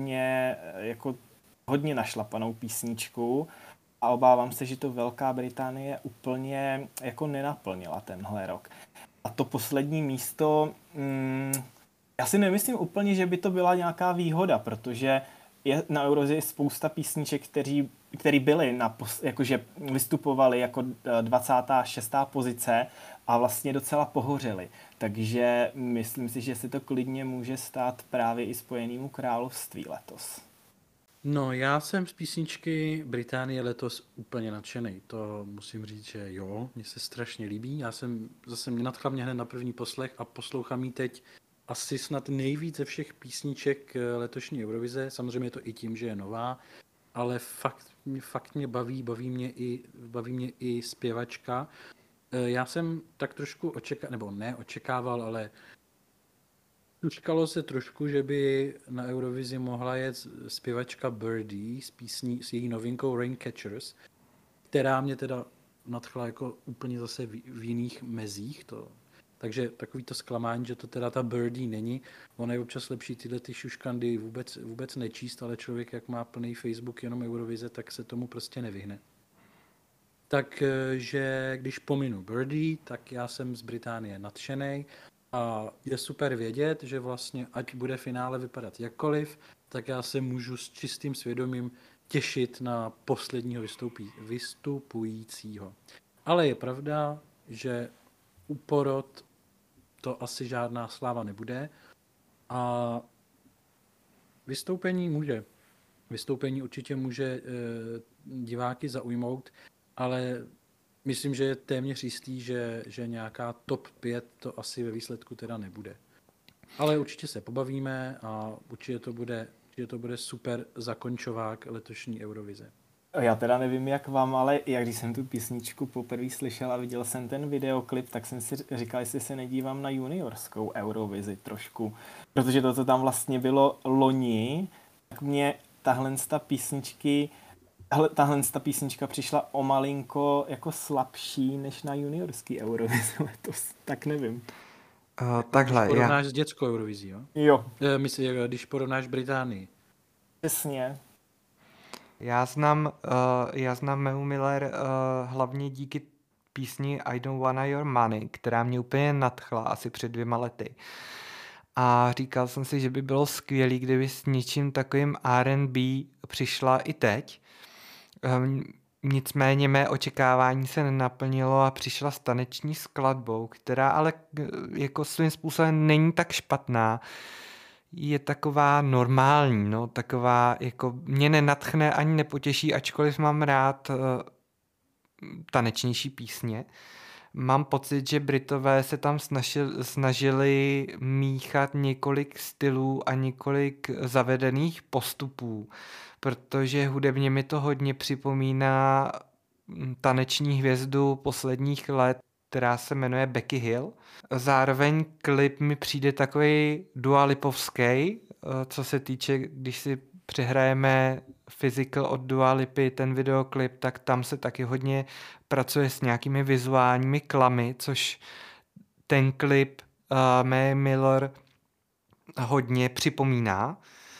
hodně našlapanou písničku a obávám se, že to Velká Británie úplně jako nenaplnila tenhle rok. A to poslední místo, já si nemyslím úplně, že by to byla nějaká výhoda, protože je na Eurovizi spousta písniček, který byly jakože vystupovali jako 26. pozice a vlastně docela pohořeli. Takže myslím si, že se to klidně může stát právě i Spojenému království letos. No, já jsem z písničky Británie letos úplně nadšený. To musím říct, že jo, mně se strašně líbí. Mě nadchla hned na první poslech a poslouchám ji teď asi snad nejvíc ze všech písniček letošní Eurovize. Samozřejmě je to i tím, že je nová, ale fakt mě baví mě i zpěvačka. Já jsem tak trošku očekával, ale tuškalo se trošku, že by na Eurovizi mohla jet zpěvačka Birdie s její novinkou Raincatchers, která mě teda nadchla jako úplně zase v jiných mezích. Takže takový to zklamání, že to teda ta Birdie není. Ona je občas lepší tyhle ty šuškandy vůbec nečíst, ale člověk, jak má plný Facebook jenom Eurovize, tak se tomu prostě nevyhne. Takže když pominu Birdie, tak já jsem z Británie nadšenej a je super vědět, že vlastně ať bude finále vypadat jakkoliv, tak já se můžu s čistým svědomím těšit na posledního vystupujícího. Ale je pravda, že u porod to asi žádná sláva nebude a vystoupení určitě může diváky zaujmout, ale myslím, že je téměř jistý, že nějaká top 5 to asi ve výsledku teda nebude. Ale určitě se pobavíme a určitě to bude super zakončovák letošní Eurovize. Já teda nevím jak vám, ale jak když jsem tu písničku poprvé slyšel a viděl jsem ten videoklip, tak jsem si říkal, jestli se nedívám na juniorskou Eurovizi trošku. Protože to, co tam vlastně bylo loni, tak mě tahle písnička přišla o malinko jako slabší než na juniorský Eurovizi letos. Tak nevím. Takhle, když porovnáš s dětskou Eurovizí, jo? Jo. Myslím, když porovnáš Británii. Přesně. Já znám Meu Miller hlavně díky písni I Don't Wanna Your Money, která mě úplně nadchla asi před 2 lety. A říkal jsem si, že by bylo skvělý, kdyby s něčím takovým R&B přišla i teď. Nicméně mé očekávání se nenaplnilo a přišla s taneční skladbou, která ale jako svým způsobem není tak špatná. Je taková normální, no, taková jako mě nenadchne ani nepotěší, ačkoliv mám rád tanečnější písně. Mám pocit, že Britové se tam snažili míchat několik stylů a několik zavedených postupů, protože hudebně mi to hodně připomíná taneční hvězdu posledních let, která se jmenuje Becky Hill. Zároveň klip mi přijde takový Dua Lipovský, co se týče, když si přehrajeme Physical od Dua Lipy, ten videoklip, tak tam se taky hodně pracuje s nějakými vizuálními klamy, což ten klip Mae Miller hodně připomíná.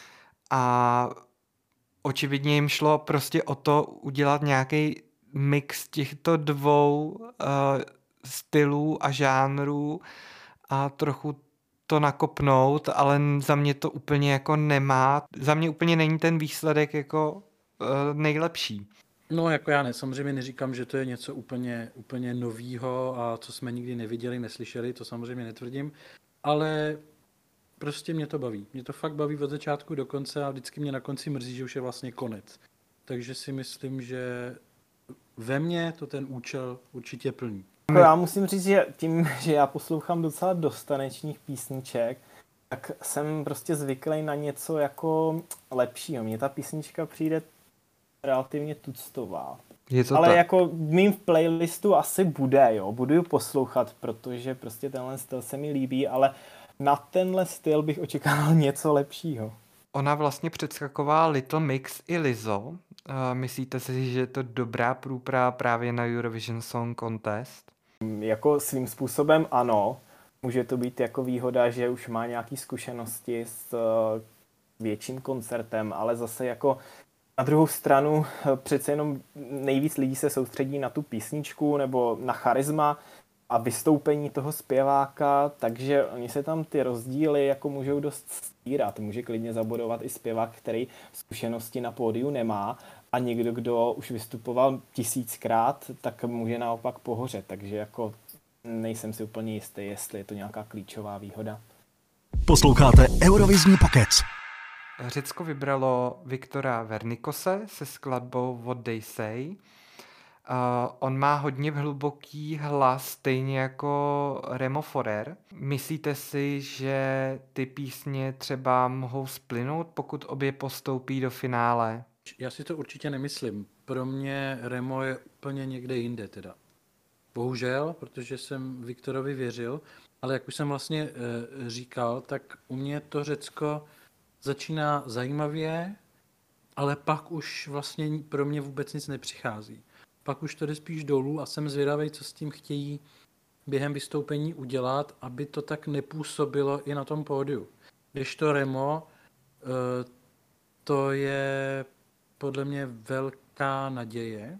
A očividně jim šlo prostě o to udělat nějaký mix těchto dvou stylů a žánrů a trochu to nakopnout, ale za mě to úplně jako nemá. Za mě úplně není ten výsledek jako nejlepší. No jako já samozřejmě neříkám, že to je něco úplně novýho a co jsme nikdy neviděli, neslyšeli, to samozřejmě netvrdím, ale prostě mě to baví. Mě to fakt baví od začátku do konce a vždycky mě na konci mrzí, že už je vlastně konec. Takže si myslím, že ve mně to ten účel určitě plní. Já musím říct, že tím, že já poslouchám docela dost tanečních písniček, tak jsem prostě zvyklý na něco jako lepšího. Mně ta písnička přijde relativně tuctová. Ale jako v mým playlistu asi bude, jo. Budu ji poslouchat, protože prostě tenhle styl se mi líbí, ale na tenhle styl bych očekával něco lepšího. Ona vlastně předskakovala Little Mix i Lizzo Myslíte si, že je to dobrá průprava právě na Eurovision Song Contest? Jako svým způsobem ano. Může to být jako výhoda, že už má nějaké zkušenosti s větším koncertem, ale zase jako na druhou stranu přece jenom nejvíc lidí se soustředí na tu písničku nebo na charisma a vystoupení toho zpěváka, takže oni se tam ty rozdíly jako můžou dost stírat. Může klidně zabodovat i zpěvák, který zkušenosti na pódiu nemá a někdo, kdo už vystupoval 1000krát, tak může naopak pohořet. Takže jako nejsem si úplně jistý, jestli je to nějaká klíčová výhoda. Posloucháte Eurovizní pokec. Řecko vybralo Viktora Vernikose se skladbou What They Say. On má hodně hluboký hlas, stejně jako Remo Forer. Myslíte si, že ty písně třeba mohou splynout, pokud obě postoupí do finále? Já si to určitě nemyslím. Pro mě Remo je úplně někde jinde teda. Bohužel, protože jsem Viktorovi věřil, ale jak už jsem vlastně říkal, tak u mě to Řecko začíná zajímavě, ale pak už vlastně pro mě vůbec nic nepřichází. Pak už to jde spíš dolů a jsem zvědavý, co s tím chtějí během vystoupení udělat, aby to tak nepůsobilo i na tom pódiu. Když to Remo, to je podle mě velká naděje.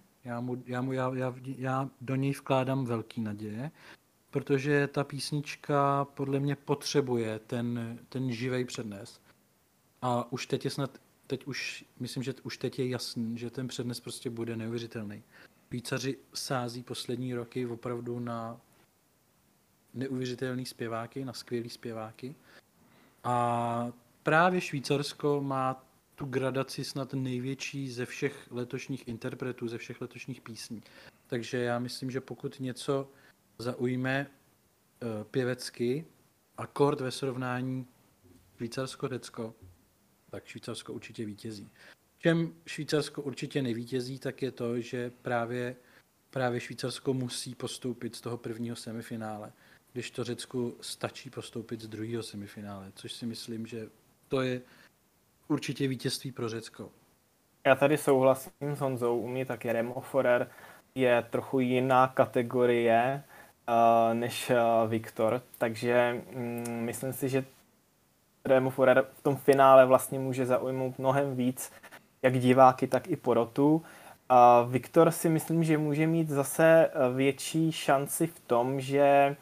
Já do něj vkládám velký naděje, protože ta písnička podle mě potřebuje ten živej přednes. A už teď je myslím, že už teď je jasný, že ten přednes prostě bude neuvěřitelný. Švýcaři sází poslední roky opravdu na neuvěřitelný zpěváky, na skvělý zpěváky. A právě Švýcarsko má tu gradaci snad největší ze všech letošních interpretů, ze všech letošních písní. Takže já myslím, že pokud něco zaujme pěvecky akord ve srovnání Švýcarsko-Řecko, tak Švýcarsko určitě vítězí. Čem Švýcarsko určitě nevítězí, tak je to, že právě Švýcarsko musí postoupit z toho prvního semifinále, když to Řecku stačí postoupit z druhého semifinále, což si myslím, že to je určitě vítězství pro Řecko. Já tady souhlasím s Honzou, u mě taky Remo Forer je trochu jiná kategorie než Viktor, takže myslím si, že Remo Forer v tom finále vlastně může zaujmout mnohem víc jak diváky, tak i porotu. Viktor si myslím, že může mít zase větší šanci v tom, že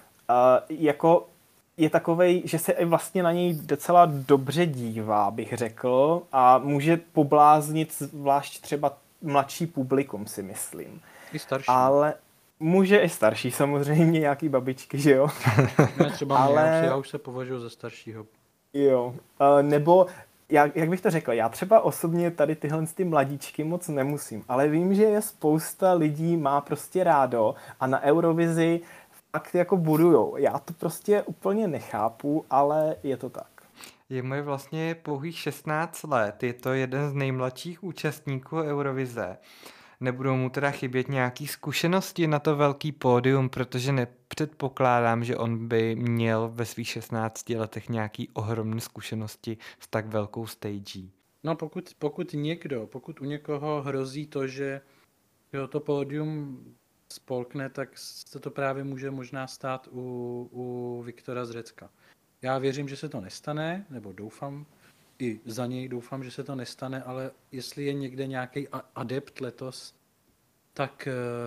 jako je takovej, že se vlastně na něj docela dobře dívá, bych řekl, a může pobláznit zvlášť třeba mladší publikum, si myslím. I starší. Ale může i starší, samozřejmě, nějaký babičky, že jo? Ne, třeba mě, já už se považuji za staršího. Jo, nebo jak bych to řekl, já třeba osobně tady tyhle ty mladíčky moc nemusím, ale vím, že je spousta lidí má prostě rádo a na Eurovizi fakt jako budujou. Já to prostě úplně nechápu, ale je to tak. Je mu vlastně pouhých 16 let, je to jeden z nejmladších účastníků Eurovize. Nebudou mu teda chybět nějaké zkušenosti na to velký pódium, protože nepředpokládám, že on by měl ve svých 16 letech nějaký ohromné zkušenosti s tak velkou stagí. No pokud u někoho hrozí to, že to pódium spolkne, tak se to právě může možná stát u Viktora z Řecka. Já věřím, že se to nestane, nebo doufám, i za něj doufám, že se to nestane, ale jestli je někde nějaký adept letos, tak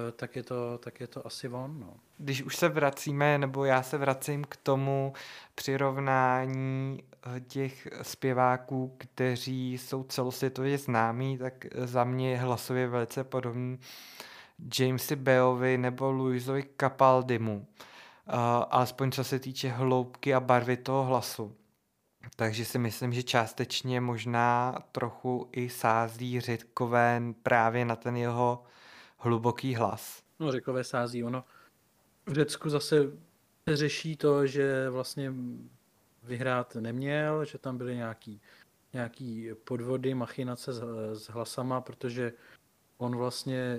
je to asi on. No. Když už se vracíme, nebo já se vracím k tomu přirovnání těch zpěváků, kteří jsou celosvětově známí, tak za mě je hlasově velice podobný Jamesi Bayovi nebo Luisovi Capaldimu. Alespoň co se týče hloubky a barvy toho hlasu. Takže si myslím, že částečně možná trochu i sází Řekové právě na ten jeho hluboký hlas. No, Řekové sází. Ono v Řecku zase se řeší to, že vlastně vyhrát neměl, že tam byly nějaký podvody, machinace s hlasama, protože on vlastně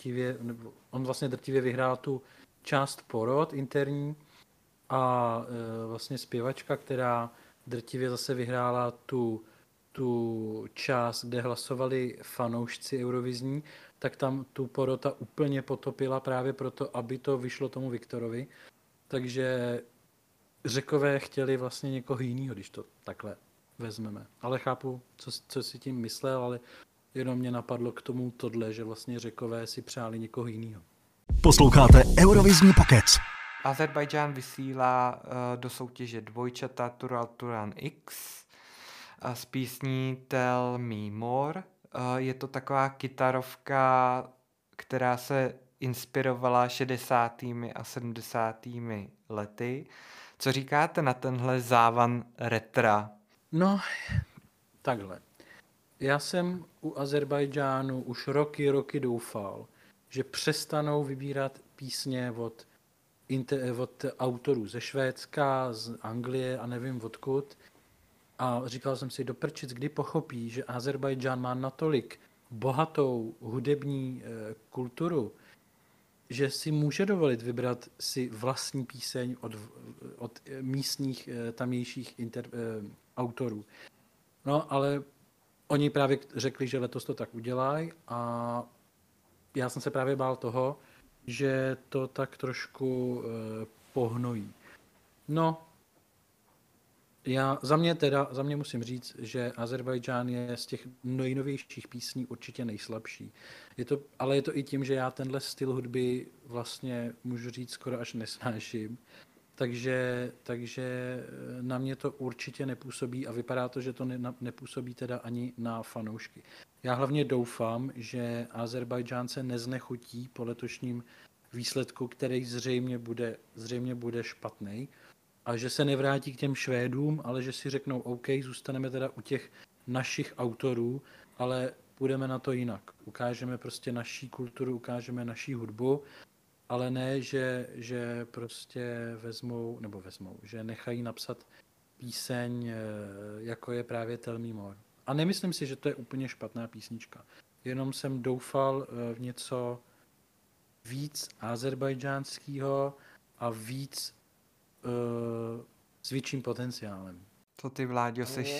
drtivě vyhrál tu část porod interní a vlastně zpěvačka, která drtivě zase vyhrála tu tu část, kde hlasovali fanoušci eurovizní, tak tam tu porota úplně potopila právě proto, aby to vyšlo tomu Viktorovi. Takže Řekové chtěli vlastně někoho jiného, když to takhle vezmeme. Ale chápu, co si tím myslel, ale jenom mě napadlo k tomu tohle, že vlastně Řekové si přáli někoho jiného. Posloucháte Eurovizní pokec. Azerbajdžán vysílá do soutěže dvojčata Tural Turan X s písní Tell Me More. Je to taková kytarovka, která se inspirovala 60. a 70. lety. Co říkáte na tenhle závan retra? No, takhle. Já jsem u Azerbajdžánu už roky doufal, že přestanou vybírat písně od autorů ze Švédska, z Anglie a nevím odkud. A říkal jsem si, do prčic, kdy pochopí, že Azerbajdžán má natolik bohatou hudební kulturu, že si může dovolit vybrat si vlastní píseň od místních tamějších autorů. No, ale oni právě řekli, že letos to tak udělají a já jsem se právě bál toho, že to tak trošku pohnojí. No, za mě musím říct, že Azerbajdžán je z těch nejnovějších písní určitě nejslabší. Ale je to i tím, že já tenhle styl hudby vlastně můžu říct skoro až nesnáším. Takže na mě to určitě nepůsobí a vypadá to, že to nepůsobí teda ani na fanoušky. Já hlavně doufám, že Azerbajdžán se neznechutí po letošním výsledku, který zřejmě bude špatný, a že se nevrátí k těm Švédům, ale že si řeknou OK, zůstaneme teda u těch našich autorů, ale půjdeme na to jinak. Ukážeme prostě naší kulturu, ukážeme naší hudbu, ale ne, že prostě vezmou, že nechají napsat píseň, jako je právě Tell Me More. A nemyslím si, že to je úplně špatná písnička. Jenom jsem doufal v něco víc azerbajdžánského a víc s větším potenciálem. Co ty, Vláďo, jsi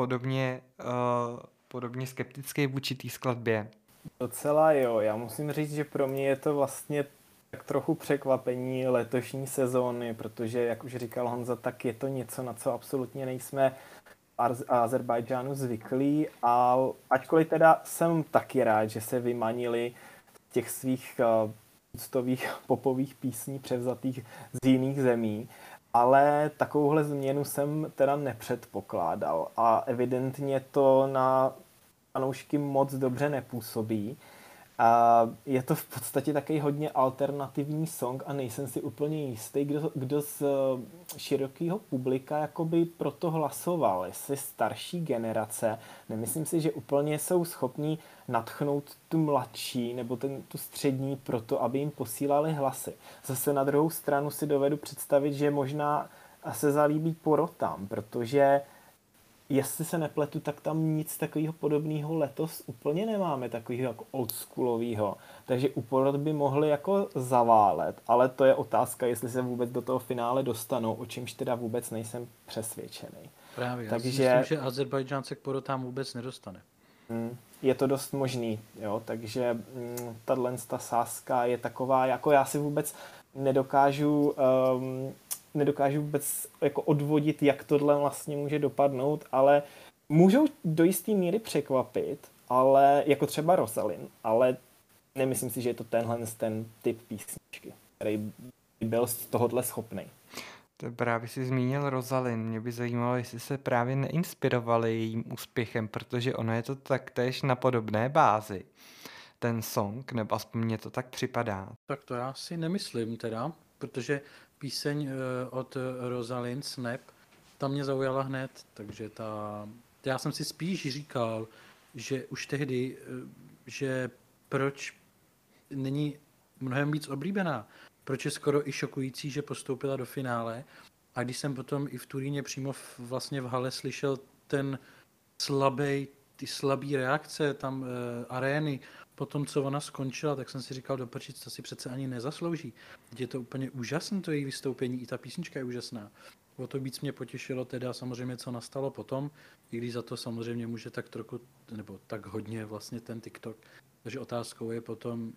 podobně skeptický vůči té skladbě? Docela jo, já musím říct, že pro mě je to vlastně tak trochu překvapení letošní sezóny, protože, jak už říkal Honza, tak je to něco, na co absolutně nejsme v Azerbajdžánu zvyklí, a ačkoliv teda jsem taky rád, že se vymanili z těch svých úctových popových písní převzatých z jiných zemí, ale takovouhle změnu jsem teda nepředpokládal a evidentně to na fanoušky moc dobře nepůsobí. A je to v podstatě takový hodně alternativní song a nejsem si úplně jistý, kdo z širokého publika jakoby proto hlasoval. Jestli starší generace, nemyslím si, že úplně jsou schopní nadchnout tu mladší nebo tu střední proto, aby jim posílali hlasy. Zase na druhou stranu si dovedu představit, že možná se zalíbí porotám, protože jestli se nepletu, tak tam nic takového podobného letos úplně nemáme, takového jako oldschoolového. Takže u porod by mohli jako zaválet, ale to je otázka, jestli se vůbec do toho finále dostanou, o čemž teda vůbec nejsem přesvědčený. Právě, takže já si myslím, že Azerbajdžán se k porotám vůbec nedostane. Je to dost možný, jo, takže tato sázka je taková, jako já si vůbec nedokážu vůbec jako odvodit, jak tohle vlastně může dopadnout, ale můžou do jisté míry překvapit, ale jako třeba Rosalind, ale nemyslím si, že je to ten typ písničky, který by byl z tohohle schopný. To právě si zmínil Rosalind. Mě by zajímalo, jestli se právě neinspirovali jejím úspěchem, protože ono je to taktéž na podobné bázi, ten song, nebo aspoň mně to tak připadá. Tak to já si nemyslím teda, protože píseň od Rosalind Snap, ta mě zaujala hned, takže já jsem si spíš říkal, že už tehdy, že proč není mnohem víc oblíbená, proč je skoro i šokující, že postoupila do finále, a když jsem potom i v Turíně přímo vlastně v hale slyšel ty slabý reakce tam arény po tom, co ona skončila, tak jsem si říkal, do prčic, to si přece ani nezaslouží. Je to úplně úžasné, to její vystoupení, i ta písnička je úžasná. O to víc mě potěšilo teda samozřejmě, co nastalo potom, i když za to samozřejmě může tak trochu, nebo tak hodně vlastně ten TikTok. Takže otázkou je potom,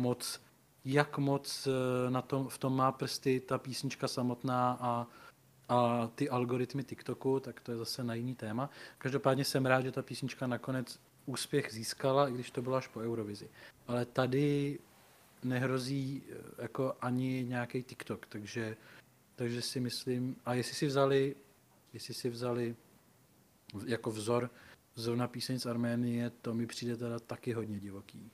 jak moc v tom má prsty ta písnička samotná a ty algoritmy TikToku, tak to je zase na jiný téma. Každopádně jsem rád, že ta písnička nakonec úspěch získala, i když to bylo až po Eurovizi. Ale tady nehrozí jako ani nějaký TikTok, takže si myslím, a jestli si vzali jako vzor zrovna píseň z Arménie, to mi přijde teda taky hodně divoký.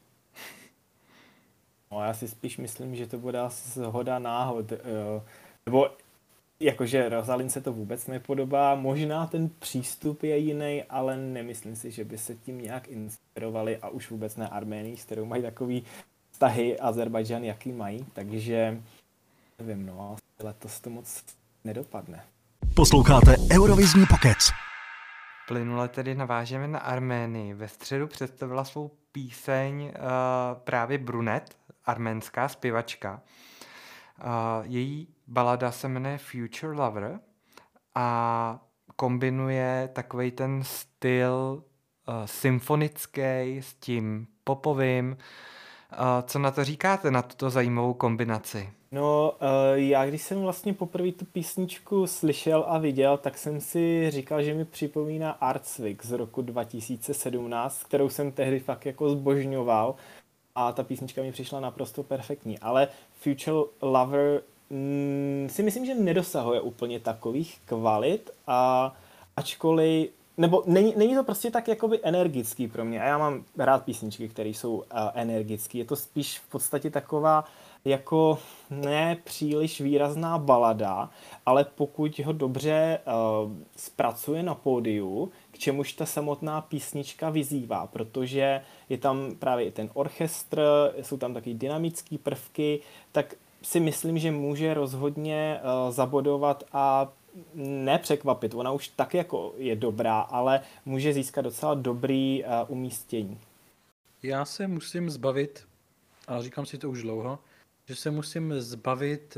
No, já si spíš myslím, že to bude asi shoda náhod. Nebo jakože Rosalind se to vůbec nepodobá, možná ten přístup je jiný, ale nemyslím si, že by se tím nějak inspirovali a už vůbec ne Arménii, s kterou mají takový vztahy Azerbajdžán, jaký mají, takže nevím, no, letos to moc nedopadne. Posloucháte Eurovizní pokec. Plynule tedy navážeme na Arménii. Ve středu představila svou píseň právě Brunet, arménská zpěvačka. Její balada se jmenuje Future Lover a kombinuje takovej ten styl symfonický s tím popovým. Co na to říkáte, na tuto zajímavou kombinaci? No, já když jsem vlastně poprvé tu písničku slyšel a viděl, tak jsem si říkal, že mi připomíná Artsvik z roku 2017, kterou jsem tehdy fakt jako zbožňoval a ta písnička mi přišla naprosto perfektní, ale Future Lover si myslím, že nedosahuje úplně takových kvalit a ačkoliv nebo není to prostě tak jakoby energický pro mě a já mám rád písničky, které jsou energické. Je to spíš v podstatě taková jako ne příliš výrazná balada, ale pokud ho dobře zpracuje na pódiu, k čemuž ta samotná písnička vyzývá, protože je tam právě i ten orchestr, jsou tam taky dynamické prvky, tak si myslím, že může rozhodně zabodovat a nepřekvapit. Ona už tak jako je dobrá, ale může získat docela dobrý umístění. Já se musím zbavit, a říkám si to už dlouho, že se musím zbavit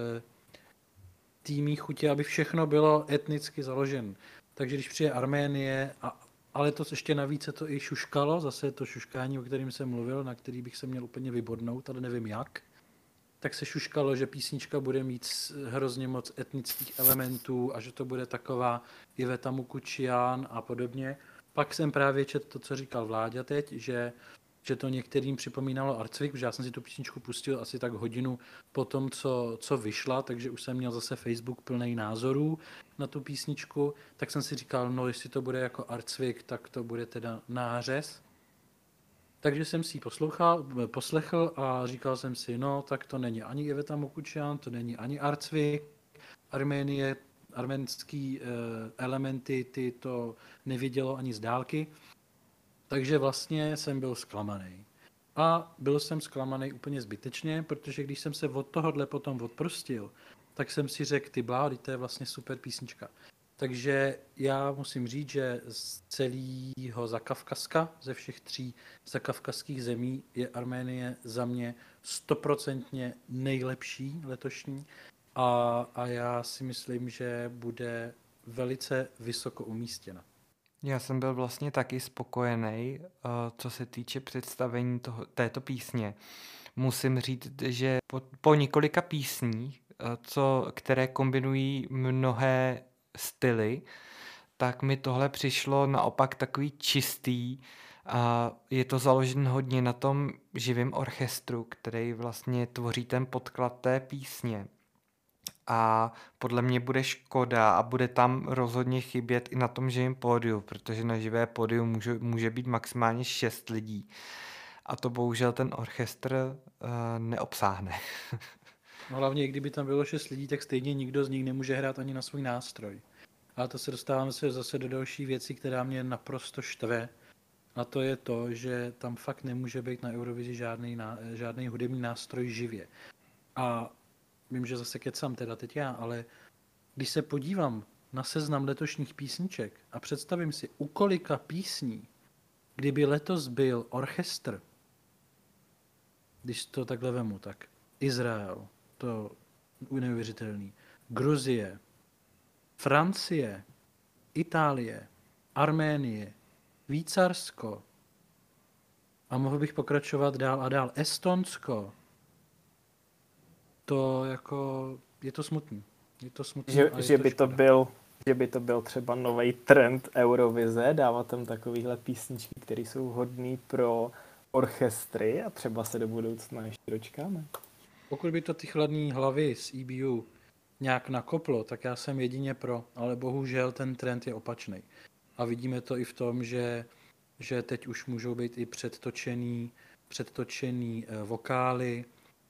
tý mý chutě, aby všechno bylo etnicky založen. Takže když přijde Arménie, ale to ještě navíc se to i šuškalo, zase to šuškání, o kterém jsem mluvil, na který bych se měl úplně vybodnout, ale nevím jak, tak se šuškalo, že písnička bude mít hrozně moc etnických elementů a že to bude taková Iveta Mukučian a podobně. Pak jsem právě četl to, co říkal Vláďa teď, že to některým připomínalo Artsvik, protože já jsem si tu písničku pustil asi tak hodinu po tom, co vyšla, takže už jsem měl zase Facebook plný názorů na tu písničku, tak jsem si říkal, no jestli to bude jako Artsvik, tak to bude teda nářez. Takže jsem si ji poslechl a říkal jsem si, no tak to není ani Iveta Mukučian, to není ani Artsvik, Arménie, arménský elementy, ty to nevidělo ani z dálky. Takže vlastně jsem byl zklamaný. A byl jsem zklamaný úplně zbytečně, protože když jsem se od tohohle potom odprostil, tak jsem si řekl, ty bláho, to je vlastně super písnička. Takže já musím říct, že z celého Zakavkazska, ze všech 3 zakavkazských zemí, je Arménie za mě 100% nejlepší letošní a já si myslím, že bude velice vysoko umístěna. Já jsem byl vlastně taky spokojený, co se týče představení této písně. Musím říct, že po několika písních, které kombinují mnohé styly, tak mi tohle přišlo naopak takový čistý a je to založen hodně na tom živém orchestru, který vlastně tvoří ten podklad té písně. A podle mě bude škoda a bude tam rozhodně chybět i na tom živém pódiu, protože na živé pódiu může být maximálně 6 lidí. A to bohužel ten orchestr neobsáhne. No hlavně, i kdyby tam bylo 6 lidí, tak stejně nikdo z nich nemůže hrát ani na svůj nástroj. A to se dostáváme zase do další věci, která mě naprosto štve. A to je to, že tam fakt nemůže být na Eurovizi žádný hudební nástroj živě. A vím, že zase kecám teda teď já, ale když se podívám na seznam letošních písniček a představím si, u kolika písní, kdyby letos byl orchestr, když to takhle vemu, tak Izrael, to neuvěřitelný, Gruzie, Francie, Itálie, Arménie, Švýcarsko a mohl bych pokračovat dál a dál. Estonsko. To jako, je to smutný. Je to smutný Že by to byl třeba nový trend Eurovize, dávat tam takovýhle písničky, které jsou hodný pro orchestry a třeba se do budoucna ještě dočkáme. Pokud by to ty chladné hlavy z EBU nějak nakoplo, tak já jsem jedině pro, ale bohužel ten trend je opačný. A vidíme to i v tom, že teď už můžou být i předtočený vokály.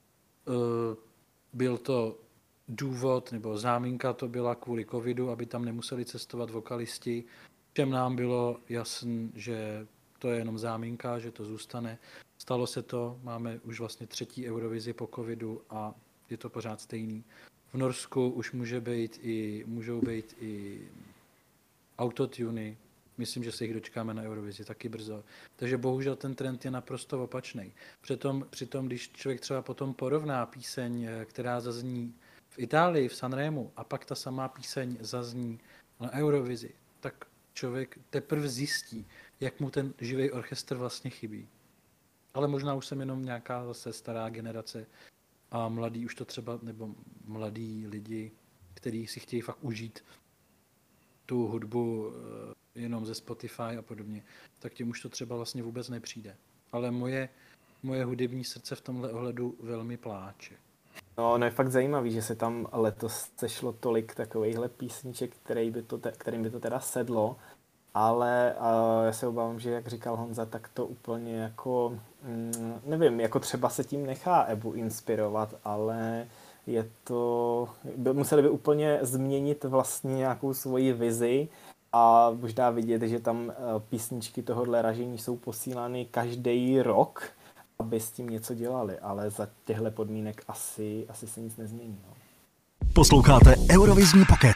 Byl to důvod, nebo záminka to byla kvůli covidu, aby tam nemuseli cestovat vokalisti. Všem nám bylo jasné, že to je jenom záminka, že to zůstane. Stalo se to, máme už vlastně 3. Eurovizi po covidu a je to pořád stejný. V Norsku už můžou být i autotuny. Myslím, že se jich dočkáme na Eurovizi taky brzo. Takže bohužel ten trend je naprosto opačný. Přitom, když člověk třeba potom porovná píseň, která zazní v Itálii, v Sanremu, a pak ta samá píseň zazní na Eurovizi, tak člověk teprve zjistí, jak mu ten živý orchestr vlastně chybí. Ale možná už jsem jenom nějaká zase stará generace a mladí už to třeba, nebo mladí lidi, kteří si chtějí fakt užít tu hudbu jenom ze Spotify a podobně, tak těm už to třeba vlastně vůbec nepřijde. Ale moje hudební srdce v tomhle ohledu velmi pláče. No je fakt zajímavý, že se tam letos sešlo tolik takovýchhle písniček, kterým by to teda sedlo, ale já se obávám, že jak říkal Honza, tak to úplně jako, nevím, jako třeba se tím nechá EBU inspirovat, ale museli by úplně změnit vlastně nějakou svoji vizi a možná vidět, že tam písničky tohohle ražení jsou posílány každý rok, aby s tím něco dělali, ale za těchto podmínek asi se nic nezmění. No. Posloucháte Eurovizní pokec.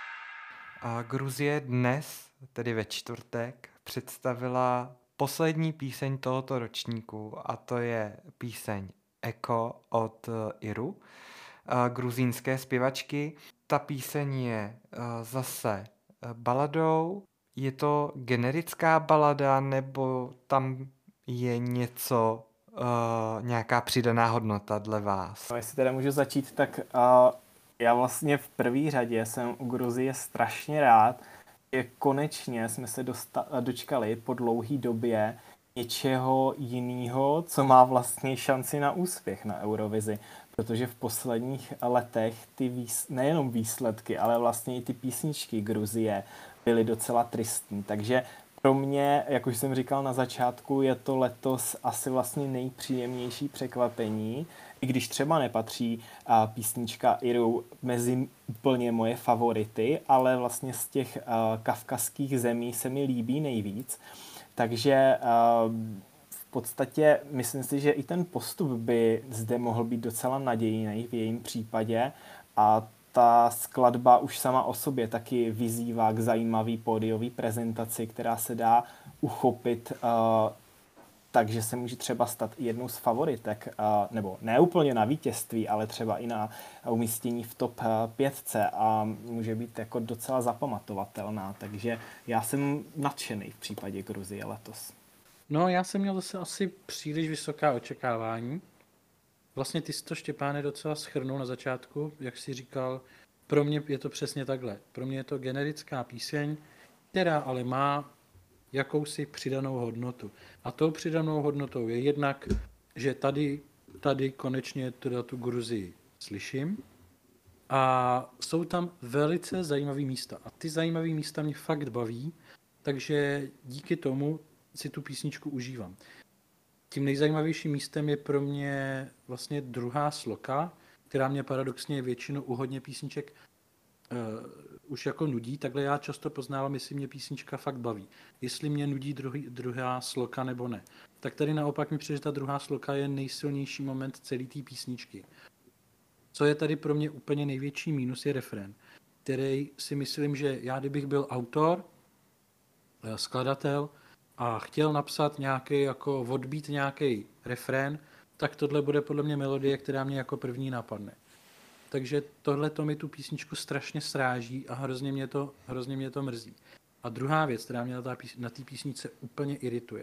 A Gruzie dnes, tedy ve čtvrtek, představila poslední píseň tohoto ročníku a to je píseň Echo od Iru, gruzínské zpěvačky. Ta píseň je zase baladou. Je to generická balada nebo tam je něco, nějaká přidaná hodnota dle vás? No, jestli teda můžu začít, tak já vlastně v první řadě jsem u Gruzie strašně rád, že konečně jsme se dočkali po dlouhé době něčeho jiného, co má vlastně šanci na úspěch na Eurovizi. Protože v posledních letech nejenom výsledky, ale vlastně i ty písničky Gruzie byly docela tristní. Takže pro mě, jak už jsem říkal na začátku, je to letos asi vlastně nejpříjemnější překvapení, i když třeba nepatří písnička Iru mezi úplně moje favority, ale vlastně z těch kavkazských zemí se mi líbí nejvíc. Takže v podstatě myslím si, že i ten postup by zde mohl být docela nadějný v jejím případě a ta skladba už sama o sobě taky vyzývá k zajímavý pódiový prezentaci, která se dá uchopit, takže se může třeba stát jednou z favoritek, nebo ne úplně na vítězství, ale třeba i na umístění v top 5 a může být jako docela zapamatovatelná, takže já jsem nadšený v případě Gruzie letos. No, já jsem měl zase asi příliš vysoká očekávání. Vlastně ty jsi to, Štěpáne, docela shrnul na začátku, jak jsi říkal, pro mě je to přesně takhle. Pro mě je to generická píseň, která ale má jakousi přidanou hodnotu. A tou přidanou hodnotou je jednak, že tady konečně teda tu Gruzii slyším a jsou tam velice zajímavé místa. A ty zajímavé místa mě fakt baví, takže díky tomu si tu písničku užívám. Tím nejzajímavějším místem je pro mě vlastně druhá sloka, která mě paradoxně většinou u hodně písniček už jako nudí. Takhle já často poznávám, jestli mě písnička fakt baví. Jestli mě nudí druhá sloka nebo ne. Tak tady naopak mi přijde, že ta druhá sloka je nejsilnější moment celé té písničky. Co je tady pro mě úplně největší mínus je refrén, který si myslím, že já kdybych byl autor, skladatel, a chtěl napsat nějaký, jako odbít nějaký refrén, tak tohle bude podle mě melodie, která mě jako první napadne. Takže tohle to mi tu písničku strašně sráží a hrozně mě to mrzí. A druhá věc, která mě na té písničce úplně irituje,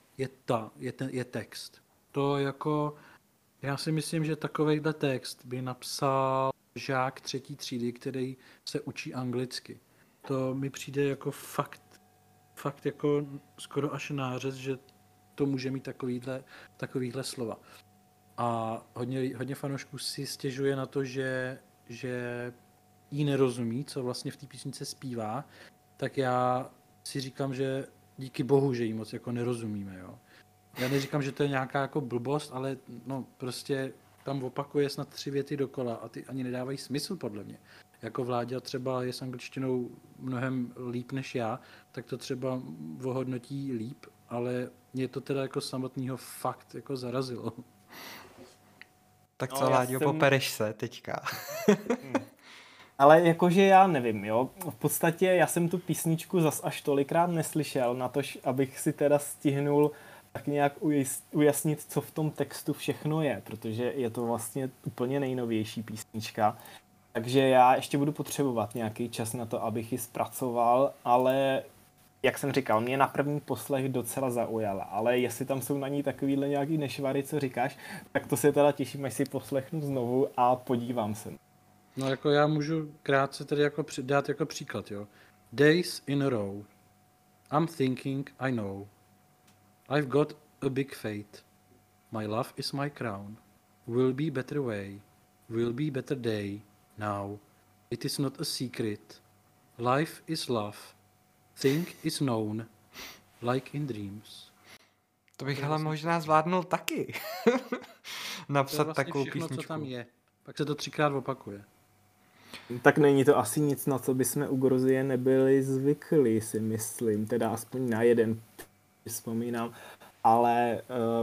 je text. To jako, já si myslím, že takovejhle text by napsal žák 3. třídy, který se učí anglicky. To mi přijde jako fakt jako skoro až nářez, že to může mít takovýhle slova. A hodně fanoušků si stěžuje na to, že jí nerozumí, co vlastně v té písnice zpívá, tak já si říkám, že díky bohu, že jí moc jako nerozumíme, jo. Já neříkám, že to je nějaká jako blbost, ale no prostě tam opakuje snad 3 věty dokola a ty ani nedávají smysl podle mě. Jako Vláďa třeba je s angličtinou mnohem líp než já, tak to třeba ohodnotí líp, ale mě to teda jako samotného fakt jako zarazilo. Tak co, Láďo, popereš se teďka. Ale jakože já nevím, jo. V podstatě já jsem tu písničku zas až tolikrát neslyšel, na to, abych si teda stihnul tak nějak ujasnit, co v tom textu všechno je, protože je to vlastně úplně nejnovější písnička. Takže já ještě budu potřebovat nějaký čas na to, abych ji zpracoval, ale jak jsem říkal, mě na první poslech docela zaujala, ale jestli tam jsou na ní takovýhle nějaký nešvary, co říkáš, tak to se teda těším, až si poslechnu znovu a podívám se. No jako já můžu krátce tedy jako dát jako příklad, jo. Days in a row. I'm thinking I know. I've got a big fate. My love is my crown. Will be better way. Will be better day. Now. It is not a secret. Life is love. Think is known. Like in dreams. To bych ale možná zvládnul taky. Napsat to je vlastně takovou všechno, písničku. co tam je. Pak se to 3krát opakuje. Tak není to asi nic, na co bychom u Gruzie nebyli zvyklí, si myslím. Teda aspoň na jeden vzpomínám. Ale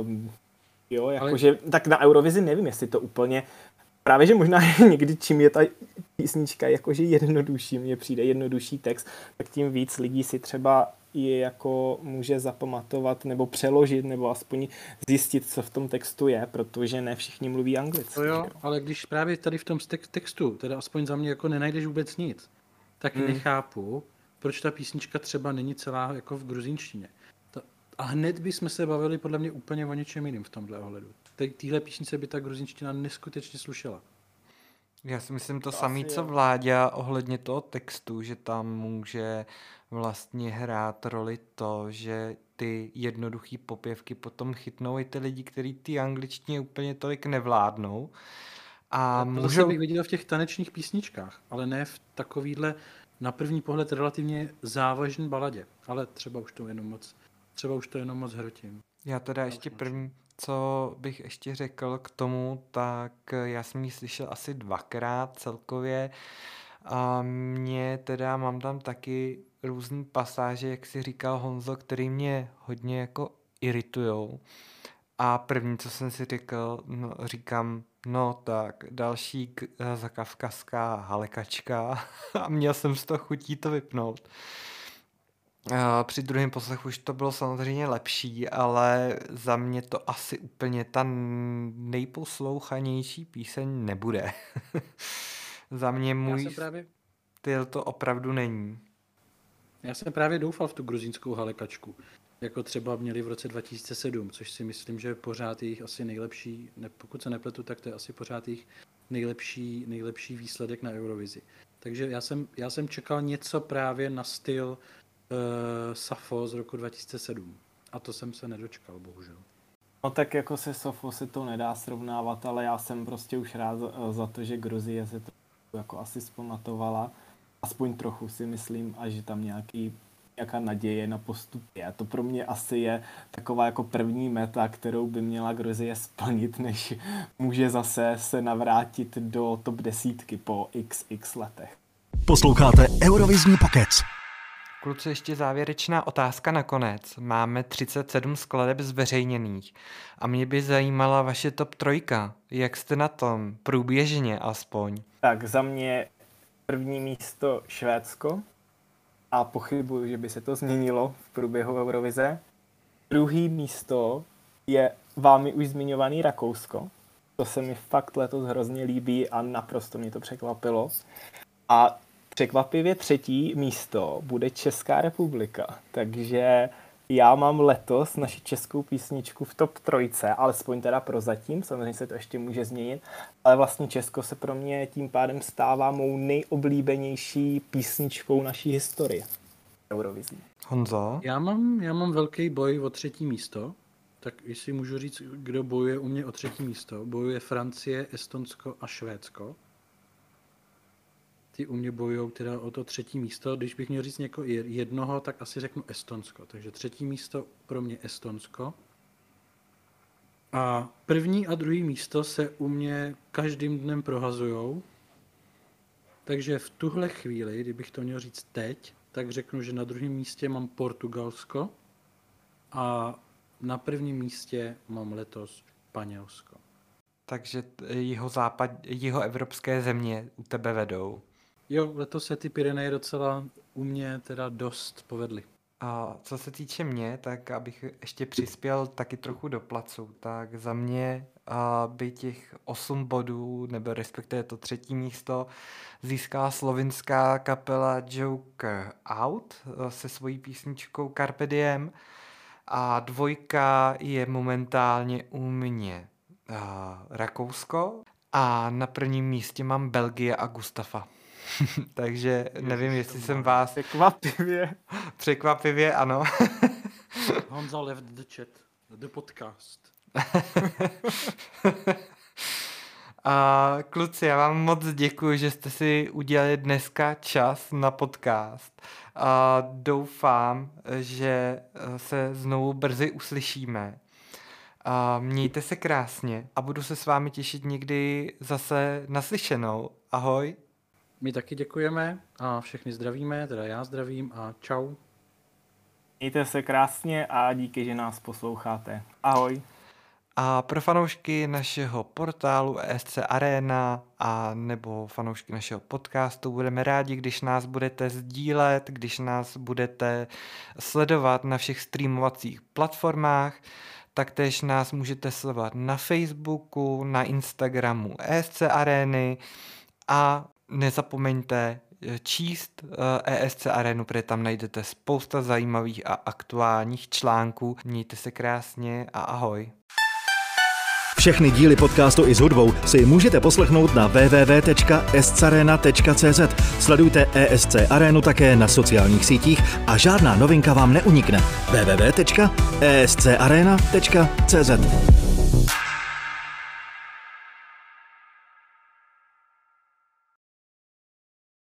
jo, jakože, tak na Eurovizi nevím, jestli to úplně... Právě, že možná někdy, čím je ta písnička jakože jednodušší, mně přijde jednodušší text, tak tím víc lidí si třeba je jako může zapamatovat nebo přeložit, nebo aspoň zjistit, co v tom textu je, protože ne všichni mluví anglicky. To jo, ale když právě tady v tom textu, teda aspoň za mě jako nenajdeš vůbec nic, tak nechápu, proč ta písnička třeba není celá jako v gruzínštině. A hned bychom se bavili podle mě úplně o něčem jiným v tomhle ohledu. Téhle písnice by ta gruzínština neskutečně slušela. Já si myslím to samé, co Vláďa ohledně toho textu, že tam může vlastně hrát roli to, že ty jednoduchý popěvky potom chytnou i ty lidi, kteří ty angličtině úplně tolik nevládnou. A můžou... bych viděl v těch tanečních písničkách, ale ne v takovýhle na první pohled relativně závažný baladě. Ale třeba už to jenom moc hrotím. Já teda ještě první, co bych ještě řekl k tomu, tak já jsem ji slyšel asi 2krát celkově a mě teda mám tam taky různý pasáže, jak si říkal Honzo, který mě hodně jako iritujou. A první, co jsem si říkám, no tak, další zakavkazská halekačka a měl jsem z toho chutí to vypnout. Při druhém poslechu už to bylo samozřejmě lepší, ale za mě to asi úplně ta nejposlouchanější píseň nebude. Za mě můj styl to opravdu není. Já jsem právě doufal v tu gruzínskou halekačku, jako třeba měli v roce 2007, což si myslím, že pořád jejich asi nejlepší, pokud se nepletu, tak to je asi pořád jejich nejlepší výsledek na Eurovizi. Takže já jsem čekal něco právě na styl Safo z roku 2007. A to jsem se nedočkal, bohužel. No tak jako se Safo se to nedá srovnávat, ale já jsem prostě už rád za to, že Gruzie se to jako asi zpamatovala. Aspoň trochu si myslím, a že tam nějaká naděje na postup je. To pro mě asi je taková jako první meta, kterou by měla Gruzie splnit, než může zase se navrátit do top 10 po XX letech. Posloucháte Eurovizní pokec. Kluci, ještě závěrečná otázka nakonec. Máme 37 skladeb zveřejněných a mě by zajímala vaše top 3. Jak jste na tom? Průběžně aspoň. Tak za mě první místo Švédsko a pochybuju, že by se to změnilo v průběhu Eurovize. Druhý místo je vámi už zmiňovaný Rakousko. To se mi fakt letos hrozně líbí a naprosto mě to překvapilo. A překvapivě 3. místo bude Česká republika, takže já mám letos naši českou písničku v top 3, alespoň teda prozatím, samozřejmě se to ještě může změnit, ale vlastně Česko se pro mě tím pádem stává mou nejoblíbenější písničkou naší historie eurovizní. Honzo? Já mám velký boj o 3. místo, tak jestli můžu říct, kdo bojuje u mě o 3. místo. Bojuje Francie, Estonsko a Švédsko. Ty u mě bojují teda o to 3. místo. Když bych měl říct někoho jednoho, tak asi řeknu Estonsko. Takže 3. místo pro mě Estonsko. A 1. a 2. místo se u mě každým dnem prohazujou. Takže v tuhle chvíli, kdybych to měl říct teď, tak řeknu, že na 2. místě mám Portugalsko a na 1. místě mám letos Španělsko. Takže jihoevropské země u tebe vedou. Jo, letos se ty Pyreneje docela u mě teda dost povedly. A co se týče mě, tak abych ještě přispěl taky trochu do placu, tak za mě by těch 8 bodů, nebo respektive to 3. místo, získala slovinská kapela Joker Out se svojí písničkou Carpe Diem a 2 je momentálně u mě Rakousko a na 1. místě mám Belgie a Gustafa. Takže nevím, jestli jsem vás... Překvapivě, ano. Honza left the chat, the podcast. A kluci, já vám moc děkuji, že jste si udělali dneska čas na podcast. A doufám, že se znovu brzy uslyšíme. A mějte se krásně a budu se s vámi těšit někdy zase naslyšenou. Ahoj. My taky děkujeme a všechny zdravíme, teda já zdravím a čau. Mějte se krásně a díky, že nás posloucháte. Ahoj. A pro fanoušky našeho portálu ESC Arena a nebo fanoušky našeho podcastu budeme rádi, když nás budete sdílet, když nás budete sledovat na všech streamovacích platformách. Taktéž nás můžete sledovat na Facebooku, na Instagramu ESC Areny a nezapomeňte číst ESC Arenu, protože tam najdete spousta zajímavých a aktuálních článků. Mějte se krásně a ahoj. Všechny díly podcastu i s hudbou si můžete poslechnout na www.escarena.cz. Sledujte ESC Arenu také na sociálních sítích a žádná novinka vám neunikne. www.escarena.cz